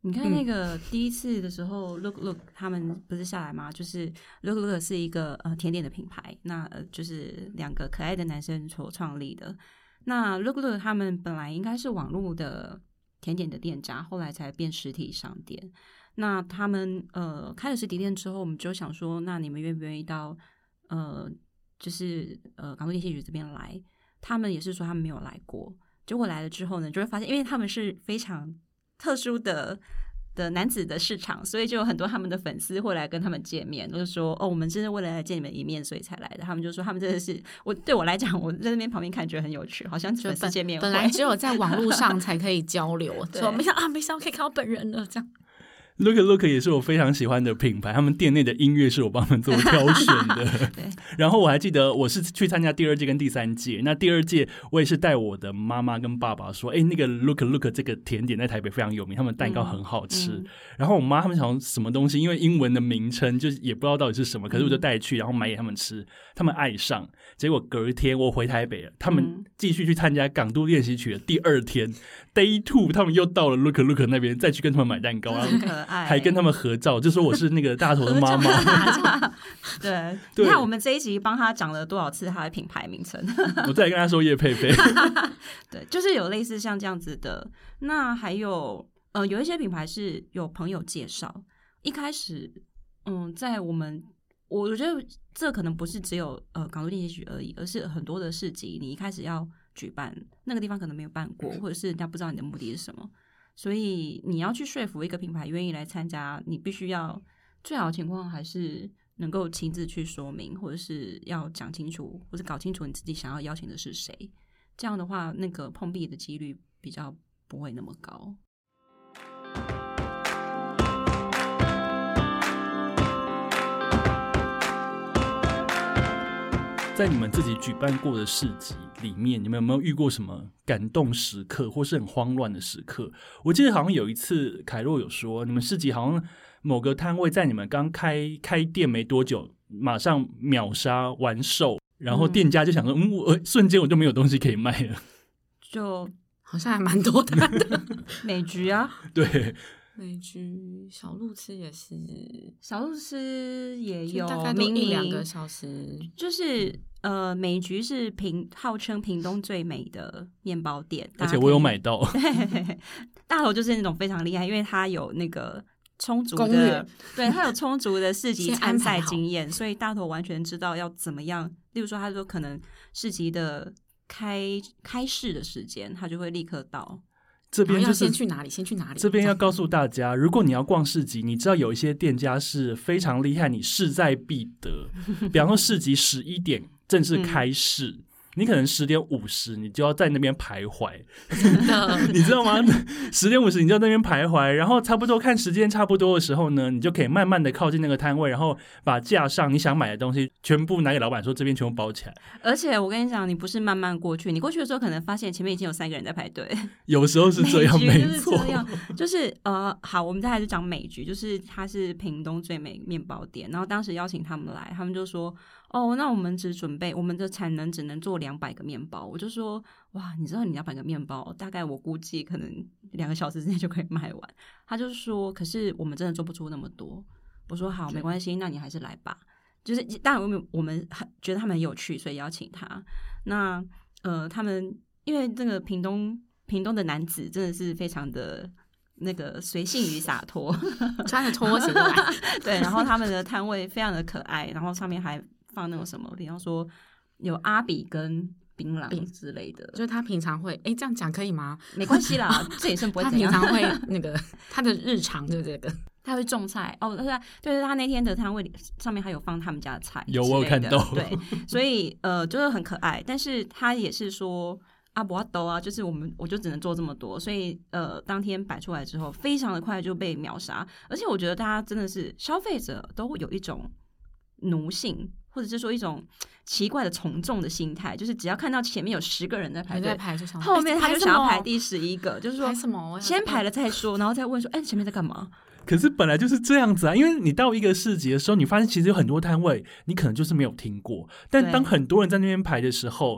你看那个第一次的时候、嗯、，Look Look 他们不是下来吗？就是 Look Look 是一个呃甜点的品牌，那呃就是两个可爱的男生所创立的。那 Look Look 他们本来应该是网络的甜点的店家，后来才变实体商店。那他们呃开了实体店之后，我们就想说，那你们愿不愿意到呃就是呃港都电信局这边来？他们也是说他们没有来过。结果来了之后呢，就会发现，因为他们是非常特殊的的男子的市场，所以就有很多他们的粉丝会来跟他们见面，就是说哦，我们真的为了来见你们一面，所以才来的。他们就说他们真的是，我对我来讲，我在那边旁边看觉得很有趣，好像粉丝见面会本来只有在网络上才可以交流，说没想啊，没想到可以看到本人了，这样。 Look Look 也是我非常喜欢的品牌，他们店内的音乐是我帮他们做挑选的。 对， 然后我还记得我是去参加第二届跟第三届，那第二届我也是带我的妈妈跟爸爸说，哎，那个 Look Look 这个甜点在台北非常有名，他们蛋糕很好吃。嗯嗯、然后我妈他们想什么东西，因为英文的名称就也不知道到底是什么，可是我就带去，然后买给他们吃，他们爱上。结果隔天我回台北了，他们继续去参加港都练习曲的第二天、嗯、Day Two， 他们又到了 Look Look 那边，再去跟他们买蛋糕， 很可爱， 还跟他们合照，就说我是那个大头的妈妈。 对，你看我们这一集帮他讲了多少次他的品牌名称， 我再来跟他说叶佩佩。 对，就是有类似像这样子的。那还有呃，有一些品牌是有朋友介绍，一开始嗯，在我们。我觉得这可能不是只有呃港都电信局而已，而是很多的市集，你一开始要举办那个地方可能没有办过，或者是人家不知道你的目的是什么，所以你要去说服一个品牌愿意来参加，你必须要最好的情况还是能够亲自去说明，或者是要讲清楚，或者搞清楚你自己想要邀请的是谁，这样的话那个碰壁的几率比较不会那么高。 在你们自己举办过的市集里面，你们有没有遇过什么感动时刻或是很慌乱的时刻？我记得好像有一次凯洛有说，你们市集好像某个摊位在你们刚开开店没多久马上秒杀完售，然后店家就想说嗯，我瞬间我就没有东西可以卖了， 就好像还蛮多摊的。 美菊啊， 对， 美菊小路吃也是， 小路吃也有， 大概都一两个小时。 就是呃，美菊是屏号称屏东最美的面包店， 而且我有买到。 大头就是那种非常厉害，因为他有那个充足的，对他有充足的市集参赛经验，所以大头完全知道要怎么样。例如说，他说可能市集的开开市的时间，他就会立刻到。 这边就是先去哪里，先去哪里。 这边要告诉大家，如果你要逛市集，你知道有一些店家是非常厉害，你势在必得。比方说市集十一点正式开市。嗯，你可能十点五十你就要在那边徘徊， 真的， 你知道吗？十点五十你就在那边徘徊，然后差不多看时间差不多的时候呢，你就可以慢慢的靠近那个摊位，然后把架上你想买的东西全部拿给老板说这边全部包起来。 而且我跟你讲，你不是慢慢过去，你过去的时候可能发现前面已经有三个人在排队。 有时候是这样，没错， 就是呃，好，我们再来就讲美菊，就是它是屏东最美面包店，然后当时邀请他们来，他们就说。哦，那我们只准备我们的产能只能做两百个面包，我就说哇，你知道你两百个面包，大概我估计可能两个小时之内就可以卖完。他就说，可是我们真的做不出那么多。我说好，没关系，那你还是来吧。就是当然我们我们觉得他们很有趣，所以邀请他。那呃，他们因为这个屏东屏东的男子真的是非常的。那个随性与洒脱， 穿着拖鞋来， 对，然后他们的摊位非常的可爱，然后上面还放那种什么，比方说有阿比跟槟榔之类的， 就是他平常会，哎，这样讲可以吗？ 没关系啦，这也是不会怎样。 他平常会那个他的日常就这个， 他会种菜哦，对对，他那天的摊位上面还有放他们家的菜， 有我有看到， 对，所以呃就是很可爱，但是他也是说。啊，不要兜啊！就是我们，我就只能做这么多，所以呃，当天摆出来之后，非常的快就被秒杀。而且我觉得大家真的是消费者都会有一种奴性，或者是说一种奇怪的从众的心态，就是只要看到前面有十个人在排队， 排就想后面他就想要排第十一个，就是说什么先排了再说，然后再问说，哎、欸，前面在干嘛？ 可是本来就是这样子啊，因为你到一个市集的时候，你发现其实有很多摊位，你可能就是没有听过，但当很多人在那边排的时候。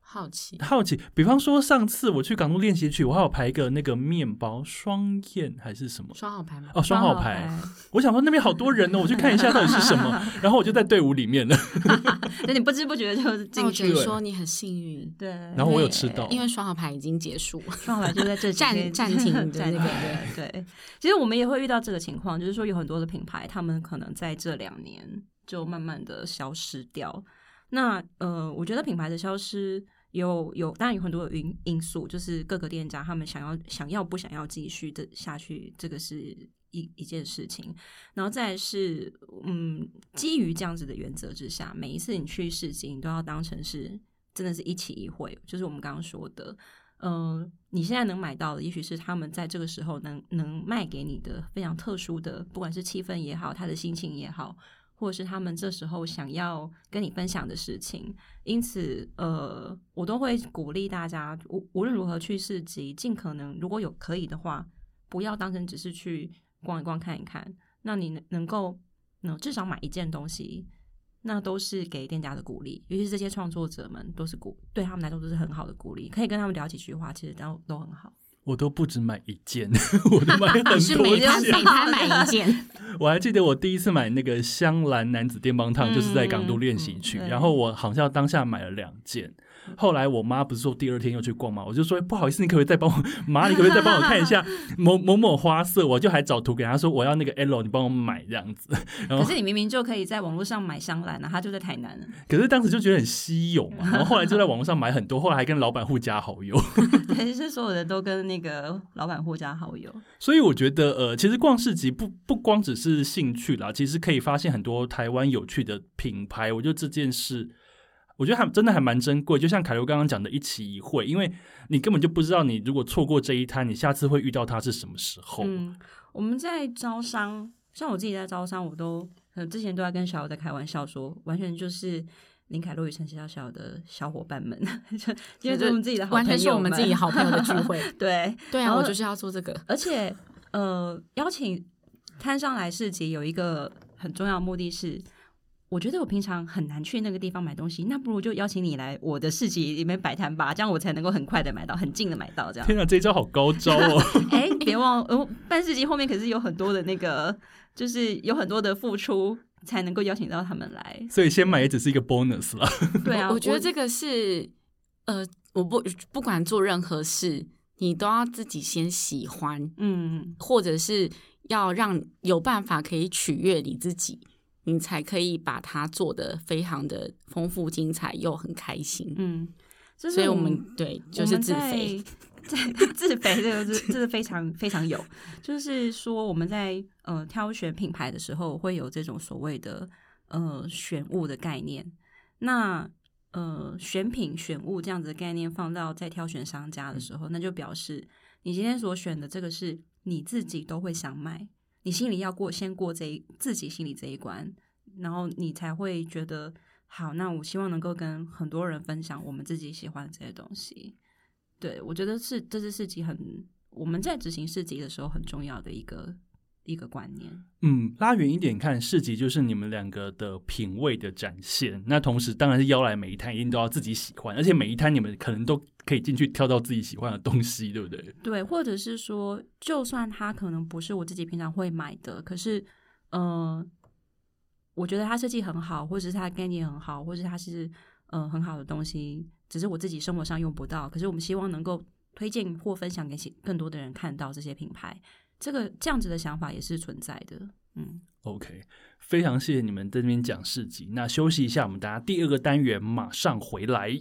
好奇好奇，比方说上次我去港都练习曲，我还有排一个那个面包双燕还是什么双号牌吗？ 哦，双号牌。我想说那边好多人哦，我去看一下到底是什么，然后我就在队伍里面了。 那你不知不觉就进去了。我说你很幸运， 对。 然后我有吃到， 因为双号牌已经结束， 双号牌就在这暂暂停的那个对对。其实我们也会遇到这个情况，就是说有很多的品牌，他们可能在这两年就慢慢的消失掉。那呃，我觉得品牌的消失。有有，当然有很多的因因素，就是各个店家他们想要想要不想要继续的下去，这个是一一件事情。然后再来是，嗯，基于这样子的原则之下，每一次你去市集，你都要当成是真的是一期一会，就是我们刚刚说的，呃，你现在能买到的，也许是他们在这个时候能能卖给你的非常特殊的，不管是气氛也好，他的心情也好。或者是他们这时候想要跟你分享的事情，因此，呃，我都会鼓励大家，无无论如何去市集，尽可能如果有可以的话，不要当成只是去逛一逛、看一看。那你能能够，嗯，至少买一件东西，那都是给店家的鼓励，尤其是这些创作者们，都是鼓对他们来说都是很好的鼓励，可以跟他们聊几句话，其实都都很好。 我都不止买一件，我都买很多件。 是每摊每摊买一件。 我还记得我第一次买那个香兰男子电棒烫，嗯、就是在港都练习区、嗯，然后我好像当下买了两件。后来我妈不是说第二天又去逛嘛，我就说不好意思，你可不可以再帮我妈，你可不可以再帮我看一下某某某花色？我就还找图给她说我要那个 L， 你帮我买这样子。然后可是你明明就可以在网络上买香兰啊，她就在台南。 可是当时就觉得很稀有嘛，然后后来就在网络上买很多，后来还跟老板互加好友。 对，是所有的都跟那个老板互加好友。 所以我觉得呃，其实逛市集不不光只是兴趣啦，其实可以发现很多台湾有趣的品牌。我觉得这件事。我觉得还真的还蛮珍贵，就像凯柔刚刚讲的一期一会，因为你根本就不知道你如果错过这一摊，你下次会遇到它是什么时候。 嗯，我们在招商，像我自己在招商，我都呃之前都在跟小友在开玩笑说，完全就是林凯洛与陈小小的小伙伴们，因为是我们自己的好朋友们， 完全是我们自己好朋友的聚会。 对对啊，我就是要做这个， 而且呃，邀请摊上来市集有一个很重要的目的是。我觉得我平常很难去那个地方买东西，那不如就邀请你来我的市集里面摆摊吧，这样我才能够很快的买到，很近的买到。这样， 天啊，这一招好高招哦！ 哎，别忘了，办市集后面可是有很多的那个，就是有很多的付出才能够邀请到他们来， 所以先买也只是一个 bonus 啦。 对啊， 我, 我觉得这个是呃，我不不管做任何事，你都要自己先喜欢，嗯，或者是要让有办法可以取悦你自己。你才可以把它做得非常的丰富精彩又很开心。嗯，所以我们对就是自肥， 自肥这个是这是非常非常有，就是说我们在呃挑选品牌的时候会有这种所谓的呃选物的概念。那呃选品选物这样子的概念放到在挑选商家的时候，那就表示你今天所选的这个是你自己都会想买。你心里要过先过这一自己心里这一关，然后你才会觉得好，那我希望能够跟很多人分享我们自己喜欢的这些东西。对，我觉得是这是市集很我们在执行市集的时候很重要的一个一个观念。 嗯，拉远一点看，市集就是你们两个的品味的展现。那同时当然是邀来每一摊一定都要自己喜欢，而且每一摊你们可能都可以进去挑到自己喜欢的东西，对不对？ 对，或者是说就算它可能不是我自己平常会买的，可是呃我觉得它设计很好，或者是它的概念很好，或者是它是呃很好的东西，只是我自己生活上用不到，可是我们希望能够推荐或分享给更多的人看到这些品牌，这个这样子的想法也是存在的。嗯 OK， 非常谢谢你们在这边讲市集。那休息一下，我们大家第二个单元马上回来。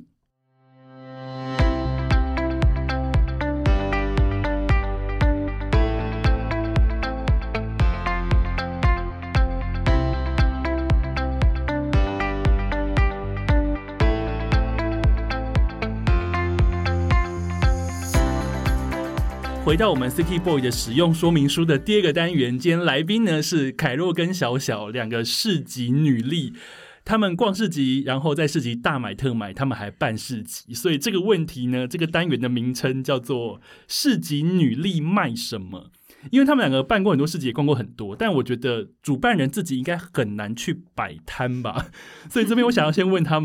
回到我们 City Boy 的使用说明书的第二个单元，今天来宾呢是凯洛跟小小两个市集女力，他们逛市集，然后在市集大买特买，他们还办市集，所以这个问题呢，这个单元的名称叫做市集女力卖什么？因为他们两个办过很多市集，也逛过很多，但我觉得主办人自己应该很难去摆摊吧，所以这边我想要先问他们，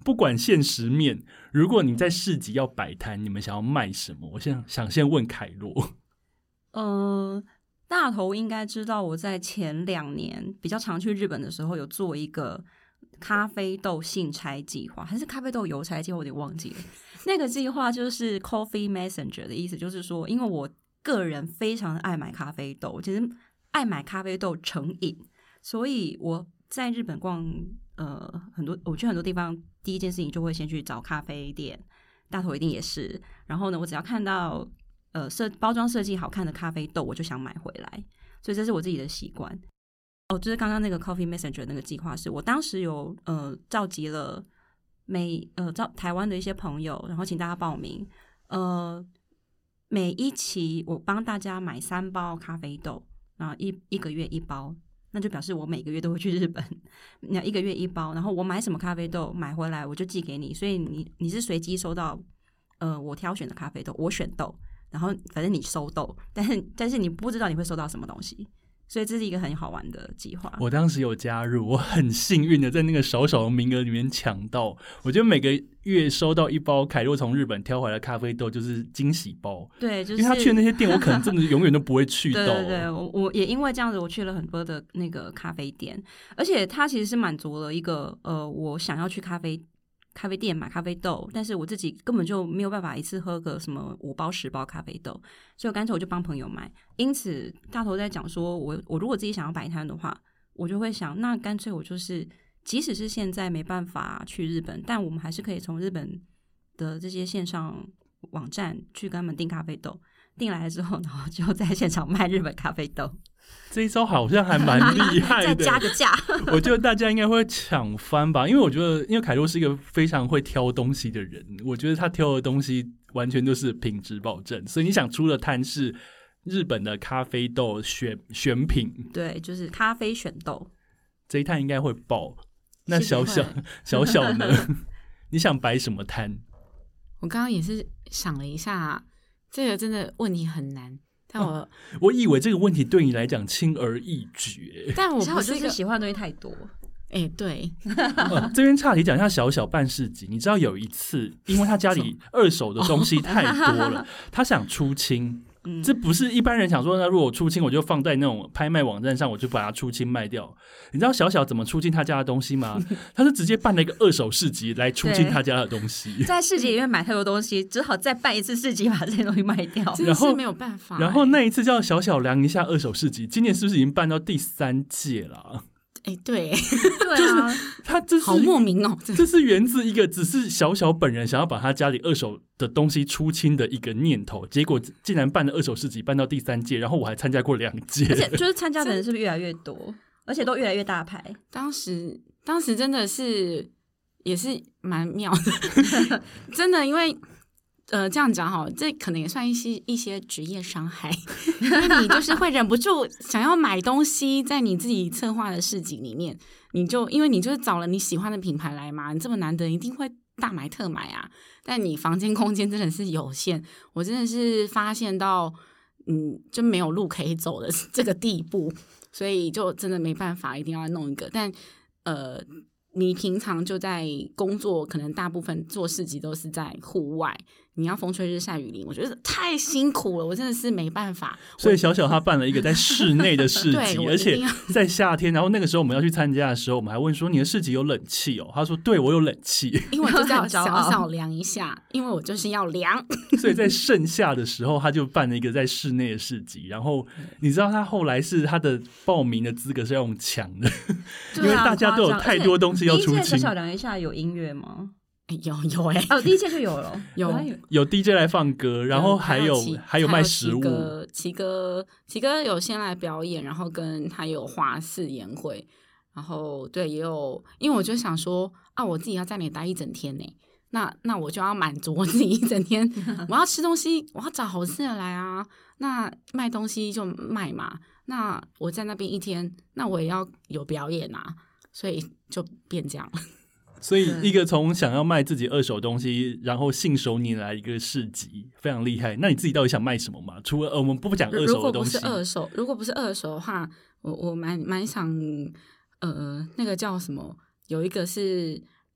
不管现实面，如果你在市集要摆摊，你们想要卖什么？我想想先问凯洛。 呃，大头应该知道我在前两年比较常去日本的时候，有做一个咖啡豆信差计划，还是咖啡豆邮差计划，我有点忘记了。那个计划就是 Coffee Messenger 的意思，就是说，因为我个人非常爱买咖啡豆，其实爱买咖啡豆成瘾，所以我在日本逛呃很多，我去很多地方，第一件事情就会先去找咖啡店，大头一定也是。然后呢，我只要看到呃设包装设计好看的咖啡豆，我就想买回来，所以这是我自己的习惯。哦，就是刚刚那个 Coffee Messenger 那个计划，是我当时有呃召集了每呃召台湾的一些朋友，然后请大家报名，呃每一期我帮大家买三包咖啡豆，然后一一个月一包，那就表示我每个月都会去日本，那一个月一包，然后我买什么咖啡豆买回来我就寄给你，所以你你是随机收到呃我挑选的咖啡豆，我选豆，然后反正你收豆，但是但是你不知道你会收到什么东西。所以这是一个很好玩的计划。 我当时有加入，我很幸运的在那个少少的名额里面抢到。我觉得每个月收到一包凯洛从日本挑回来的咖啡豆，就是惊喜包。 对，就是因为他去的那些店，我可能真的永远都不会去到。 对对对，我我也因为这样子，我去了很多的那个咖啡店，而且它其实是满足了一个呃，我想要去咖啡。咖啡店买咖啡豆，但是我自己根本就没有办法一次喝个什么五包十包咖啡豆，所以我干脆我就帮朋友买。因此大头在讲说我我如果自己想要摆摊的话，我就会想那干脆我就是即使是现在没办法去日本，但我们还是可以从日本的这些线上网站去跟他们订咖啡豆，订来了之后然后就在现场卖日本咖啡豆。 这一招好像还蛮厉害的， 再加个价。 我觉得大家应该会抢翻吧，因为我觉得，因为凯洛是一个非常会挑东西的人，我觉得他挑的东西完全都是品质保证，所以你想出的摊是日本的咖啡豆选选品， 对，就是咖啡选豆， 这一摊应该会爆。那小小小小呢？你想摆什么摊？ 我刚刚也是想了一下，这个真的问题很难。但我、哦、 我以为这个问题对你来讲轻而易举， 但我不是一个喜欢的东西太多。 哎、欸，对、 呃，这边岔题讲一下小小办市集。你知道有一次，因为他家里二手的东西太多了，他想出清。嗯、这不是一般人想说，那如果出清，我就放在那种拍卖网站上，我就把它出清卖掉。你知道小小怎么出清他家的东西吗？他是直接办了一个二手市集来出清他家的东西。 在市集里面买太多东西，只好再办一次市集把这些东西卖掉。 真的是没有办法、欸。 然后那一次叫小小量一下二手市集，今年是不是已经办到第三届了？ 哎、欸，对， 对啊， 他这是好莫名哦， 这是源自一个只是小小本人想要把他家里二手的东西出清的一个念头，结果竟然办了二手市集，办到第三届，然后我还参加过两届， 而且就是参加的人是不是越来越多，而且都越来越大牌。 当时，当时真的是也是蛮妙的，真的，因为。呃，这样讲好，这可能也算一些一些职业伤害，因为你就是会忍不住想要买东西，在你自己策划的市集里面，你就因为你就是找了你喜欢的品牌来嘛，你这么难得，一定会大买特买啊。但你房间空间真的是有限，我真的是发现到，嗯，就没有路可以走的这个地步，所以就真的没办法，一定要弄一个。但呃，你平常就在工作，可能大部分做市集都是在户外。你要风吹日晒雨淋，我觉得太辛苦了，我真的是没办法。 所以小小他办了一个在室内的市集，而且在夏天。然后那个时候我们要去参加的时候，我们还问说：“你的市集有冷气哦？”他说：“对，我有冷气。” 因为我就要小小量一下，因为我就是要凉。 所以在盛夏的时候，他就办了一个在室内的市集。然后你知道他后来是他的报名的资格是要用抢的，因为大家都有太多东西要出清。 第一届小小量一下有音乐吗？ 有有哎、欸， 哦，第一届就有了， 有有 D J 来放歌，然后还有还有, 还有卖食物。 奇哥奇哥有先来表演，然后跟他有华视演会，然后对也有，因为我就想说啊，我自己要在那里待一整天呢，那那我就要满足我自己一整天，我要吃东西，我要找好吃的来啊，那卖东西就卖嘛，那我在那边一天，那我也要有表演啊，所以就变这样了。 所以一个从想要卖自己二手东西，然后信手拈来一个市集，非常厉害。那你自己到底想卖什么嘛？除了、呃、我们不讲二手的东西， 如果不是二手，如果不是二手的话，我我蛮蛮想呃那个叫什么，有一个是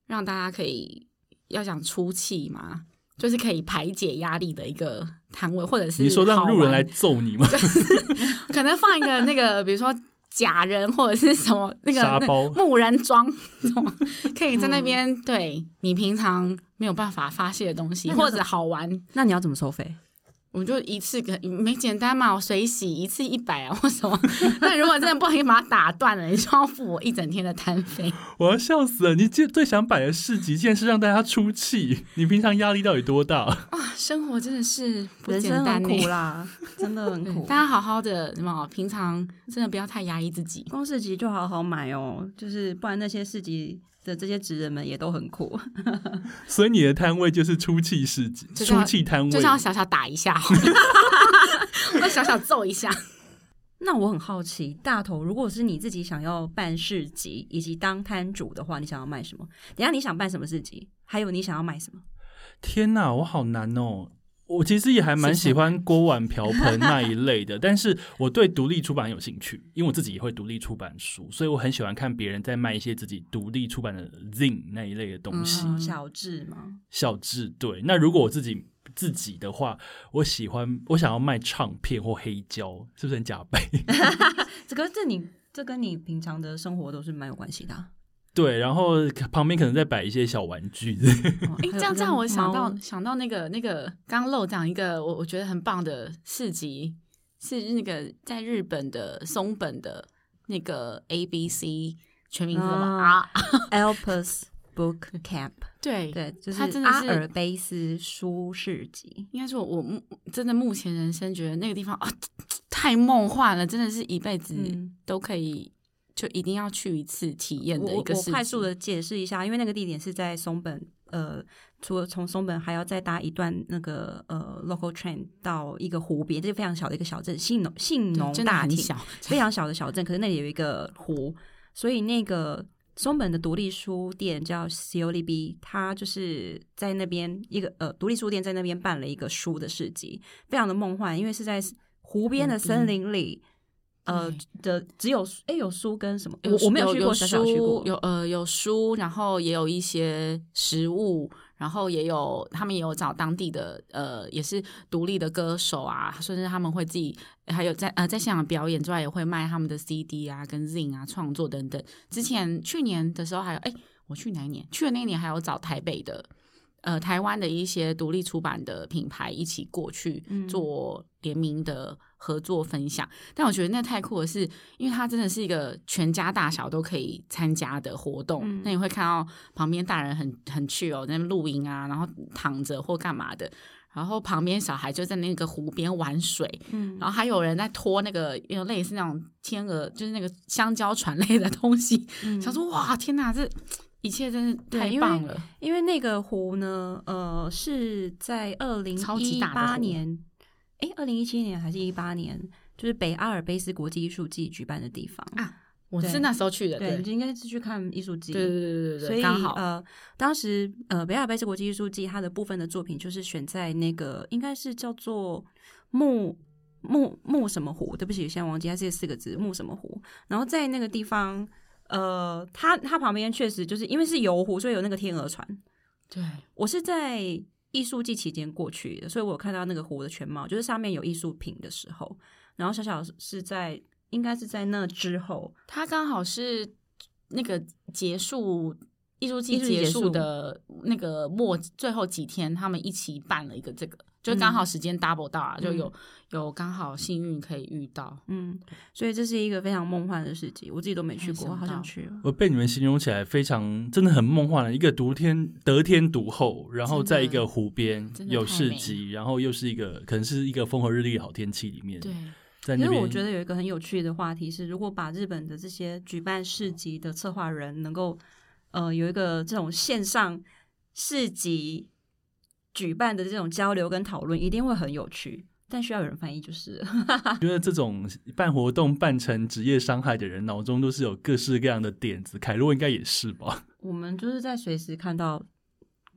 让大家可以要讲出气嘛，就是可以排解压力的一个摊位，或者是你说让路人来揍你吗？ 就是可能放一个那个，比如说假人或者是什么那个沙包木人桩，可以在那边、嗯、对你平常没有办法发泄的东西，或者好玩。 那你要怎么收费？ 我就一次没简单嘛，我水洗一次一百啊，或什么。那如果真的不小心把它打断了，你就要付我一整天的摊费。 我要笑死了！你最想摆的市集，竟然是让大家出气。你平常压力到底多大？ 哇，生活真的是不简单、欸， 人生很苦啦，真的很苦。 大家好好的，什么平常真的不要太压抑自己。 逛市集就好好买哦，就是不然那些市集的这些职人们也都很苦。 所以你的摊位就是出气市集，出气摊位， 就是要小小打一下，我小小揍一下。 那我很好奇，大头，如果是你自己想要办市集以及当摊主的话，你想要卖什么？等一下你想办什么市集？还有你想要卖什么？ 天哪，我好难哦！我其实也还蛮喜欢锅碗瓢盆那一类的，但是我对独立出版有兴趣，因为我自己也会独立出版书，所以我很喜欢看别人在卖一些自己独立出版的 zine 那一类的东西。 嗯、小志吗？ 小志，对。那如果我自己自己的话，我喜欢我想要卖唱片或黑胶，是不是很假掰？ 这个这你这跟你平常的生活都是蛮有关系的、啊。 对，然后旁边可能再摆一些小玩具。 哎、欸，这样这样，我想到想到那个那个刚漏讲一个我我觉得很棒的市集，是那个在日本的松本的那个 A B C 全名字什么啊 ？Alpus Book Camp。 对对，就是它真的是阿尔卑斯书市集。 应该说我，我真的目前人生觉得那个地方啊太梦幻了，真的是一辈子都可以。就一定要去一次体验的一个事情。 我我快速的解释一下，因为那个地点是在松本，呃，除了从松本还要再搭一段那个呃 local train 到一个湖边，这是非常小的一个小镇，信浓信浓大町，非常小的小镇。可是那里有一个湖，所以那个松本的独立书店叫 C O L B， 它就是在那边一个呃独立书店在那边办了一个书的市集，非常的梦幻，因为是在湖边的森林里。呃的只有哎有书跟什么？我我没有去过，小小去过。 有呃有书，然后也有一些食物，然后也有他们也有找当地的呃也是独立的歌手啊，甚至他们会自己还有在呃在现场表演之外，也会卖他们的 C D 啊、跟 zine 啊创作等等。之前去年的时候还有哎，我去哪一年？去的那一年还有找台北的。呃，台湾的一些独立出版的品牌一起过去做联名的合作分享、嗯、但我觉得那太酷的是，因为它真的是一个全家大小都可以参加的活动、嗯、那你会看到旁边大人很很去哦，在那露营啊，然后躺着或干嘛的，然后旁边小孩就在那个湖边玩水、嗯、然后还有人在拖那个有类似那种天鹅，就是那个香蕉船类的东西、嗯、想说哇天哪，这一切真是太棒了。 因为那个湖呢，呃，是在二零一八年，哎，二零一七年还是一八年，就是北阿尔卑斯国际艺术季举办的地方啊。我是那时候去的， 对，你应该是去看艺术季， 对对对对对， 所以刚好呃，当时呃北阿尔卑斯国际艺术季它的部分的作品就是选在那个应该是叫做木木木什么湖，对不起，现在忘记它是四个字，木什么湖，然后在那个地方。呃，它它旁边确实就是因为是游湖，所以有那个天鹅船。 对， 我是在艺术季期间过去的，所以我有看到那个湖的全貌，就是上面有艺术品的时候。然后小小是在应该是在那之后， 它刚好是那个结束艺术季结束的那个末最后几天，他们一起办了一个这个。就刚好时间 double 到啊、嗯，就有有刚好幸运可以遇到， 嗯，所以这是一个非常梦幻的事情，我自己都没去过，我好想去。 我被你们形容起来非常真的很梦幻了，一个独天得天独厚，然后在一个湖边有市集，然后又是一个可能是一个风和日丽的好天气里面， 对， 在那边。因为我觉得有一个很有趣的话题是，如果把日本的这些举办市集的策划人能够呃有一个这种线上市集。举办的这种交流跟讨论一定会很有趣，但需要有人翻译就是觉得这种办活动办成职业伤害的人脑中都是有各式各样的点子，凯洛应该也是吧。 我们就是在随时看到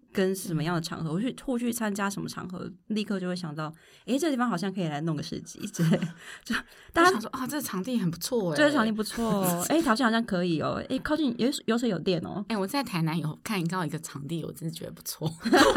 跟什么样的场合，我去或去参加什么场合，立刻就会想到，哎，这个地方好像可以来弄个市集之类，就大家想说啊，这个场地很不错哎， 这个场地不错，哎，条件好像可以哦，哎，靠近有有水有电哦， 哎，我在台南有看到一个场地，我真的觉得不错。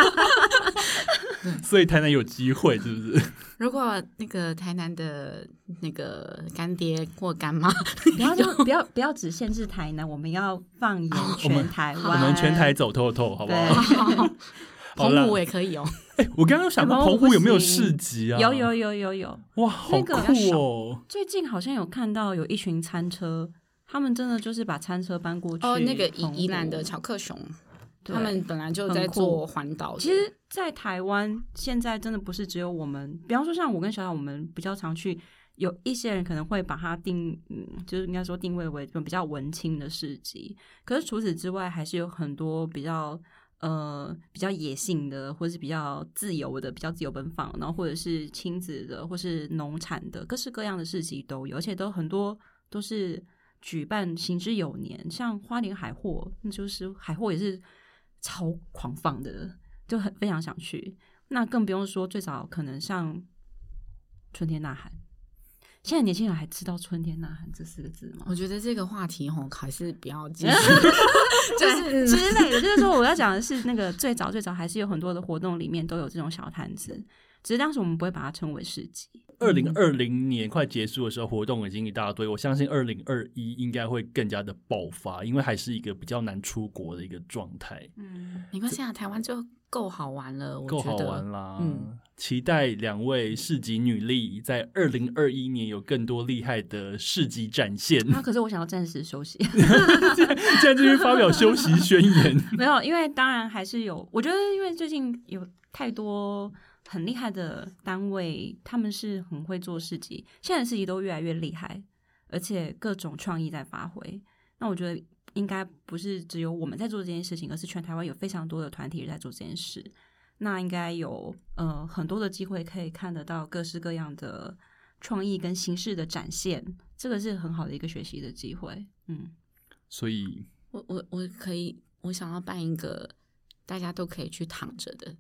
所以台南有机会是不是？ 如果那个台南的那个干爹或干妈， 不要就不要不要只限制台南，我们要放眼全台湾， 我们全台走透透，好不好？ 澎湖也可以哦。 哎、欸，我刚刚有想过澎湖有没有市集啊？ 有有有有有， 哇，好酷哦！ 那个、最近好像有看到有一群餐车，他们真的就是把餐车搬过去。 哦，那个宜宜兰的巧克熊。他们本来就在做环岛。 其实，在台湾现在真的不是只有我们，比方说像我跟小小，我们比较常去，有一些人可能会把它定，嗯，就是应该说定位为比较文青的市集。可是除此之外，还是有很多比较呃比较野性的，或是比较自由的，比较自由奔放，然后或者是亲子的，或是农产的，各式各样的市集都有，而且都很多都是举办行之有年。像花莲海货，那就是海货也是。超狂放的，就很非常想去。那更不用说最早可能像春天呐喊，现在年轻人还知道春天呐喊这四个字吗？ 我觉得这个话题吼还是不要继续， 就是之类的。就是说我要讲的是那个最早最早还是有很多的活动里面都有这种小摊子，只是当时我们不会把它称为市集。 二零二零年快结束的时候，活动已经一大堆。我相信二零二一应该会更加的爆发，因为还是一个比较难出国的一个状态。 嗯，没关系啊，台湾就够好玩了， 够好玩啦。 嗯， 期待两位市集女力在二零二一年有更多厉害的市集展现。 啊，可是我想要暂时休息， 现在这边发表休息宣言。 没有，因为当然还是有，我觉得因为最近有太多。很厉害的单位，他们是很会做市集，现在的市集都越来越厉害，而且各种创意在发挥。那我觉得应该不是只有我们在做这件事情，而是全台湾有非常多的团体在做这件事。那应该有呃很多的机会可以看得到各式各样的创意跟形式的展现，这个是很好的一个学习的机会。嗯， 所以我我我可以，我想要办一个大家都可以去躺着的。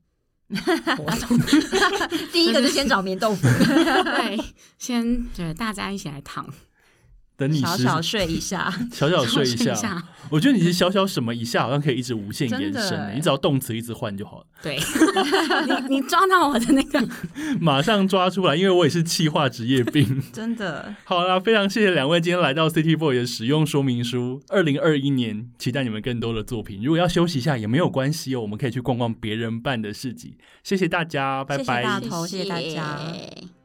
第一个就先找棉豆腐， 对，先对大家一起来躺， 等你小小睡一下， 小小睡一下。 一下我觉得你是小小什么一下，好像可以一直无限延伸，你只要动词一直换就好了。 对，你你抓到我的那个， 马上抓出来，因为我也是企划职业病， 真的。 好啦，非常谢谢两位今天来到 City Boy 的使用说明书。二零二一年，期待你们更多的作品。如果要休息一下也没有关系哦，我们可以去逛逛别人办的市集。谢谢大家，拜拜。 谢谢大头，谢谢大家。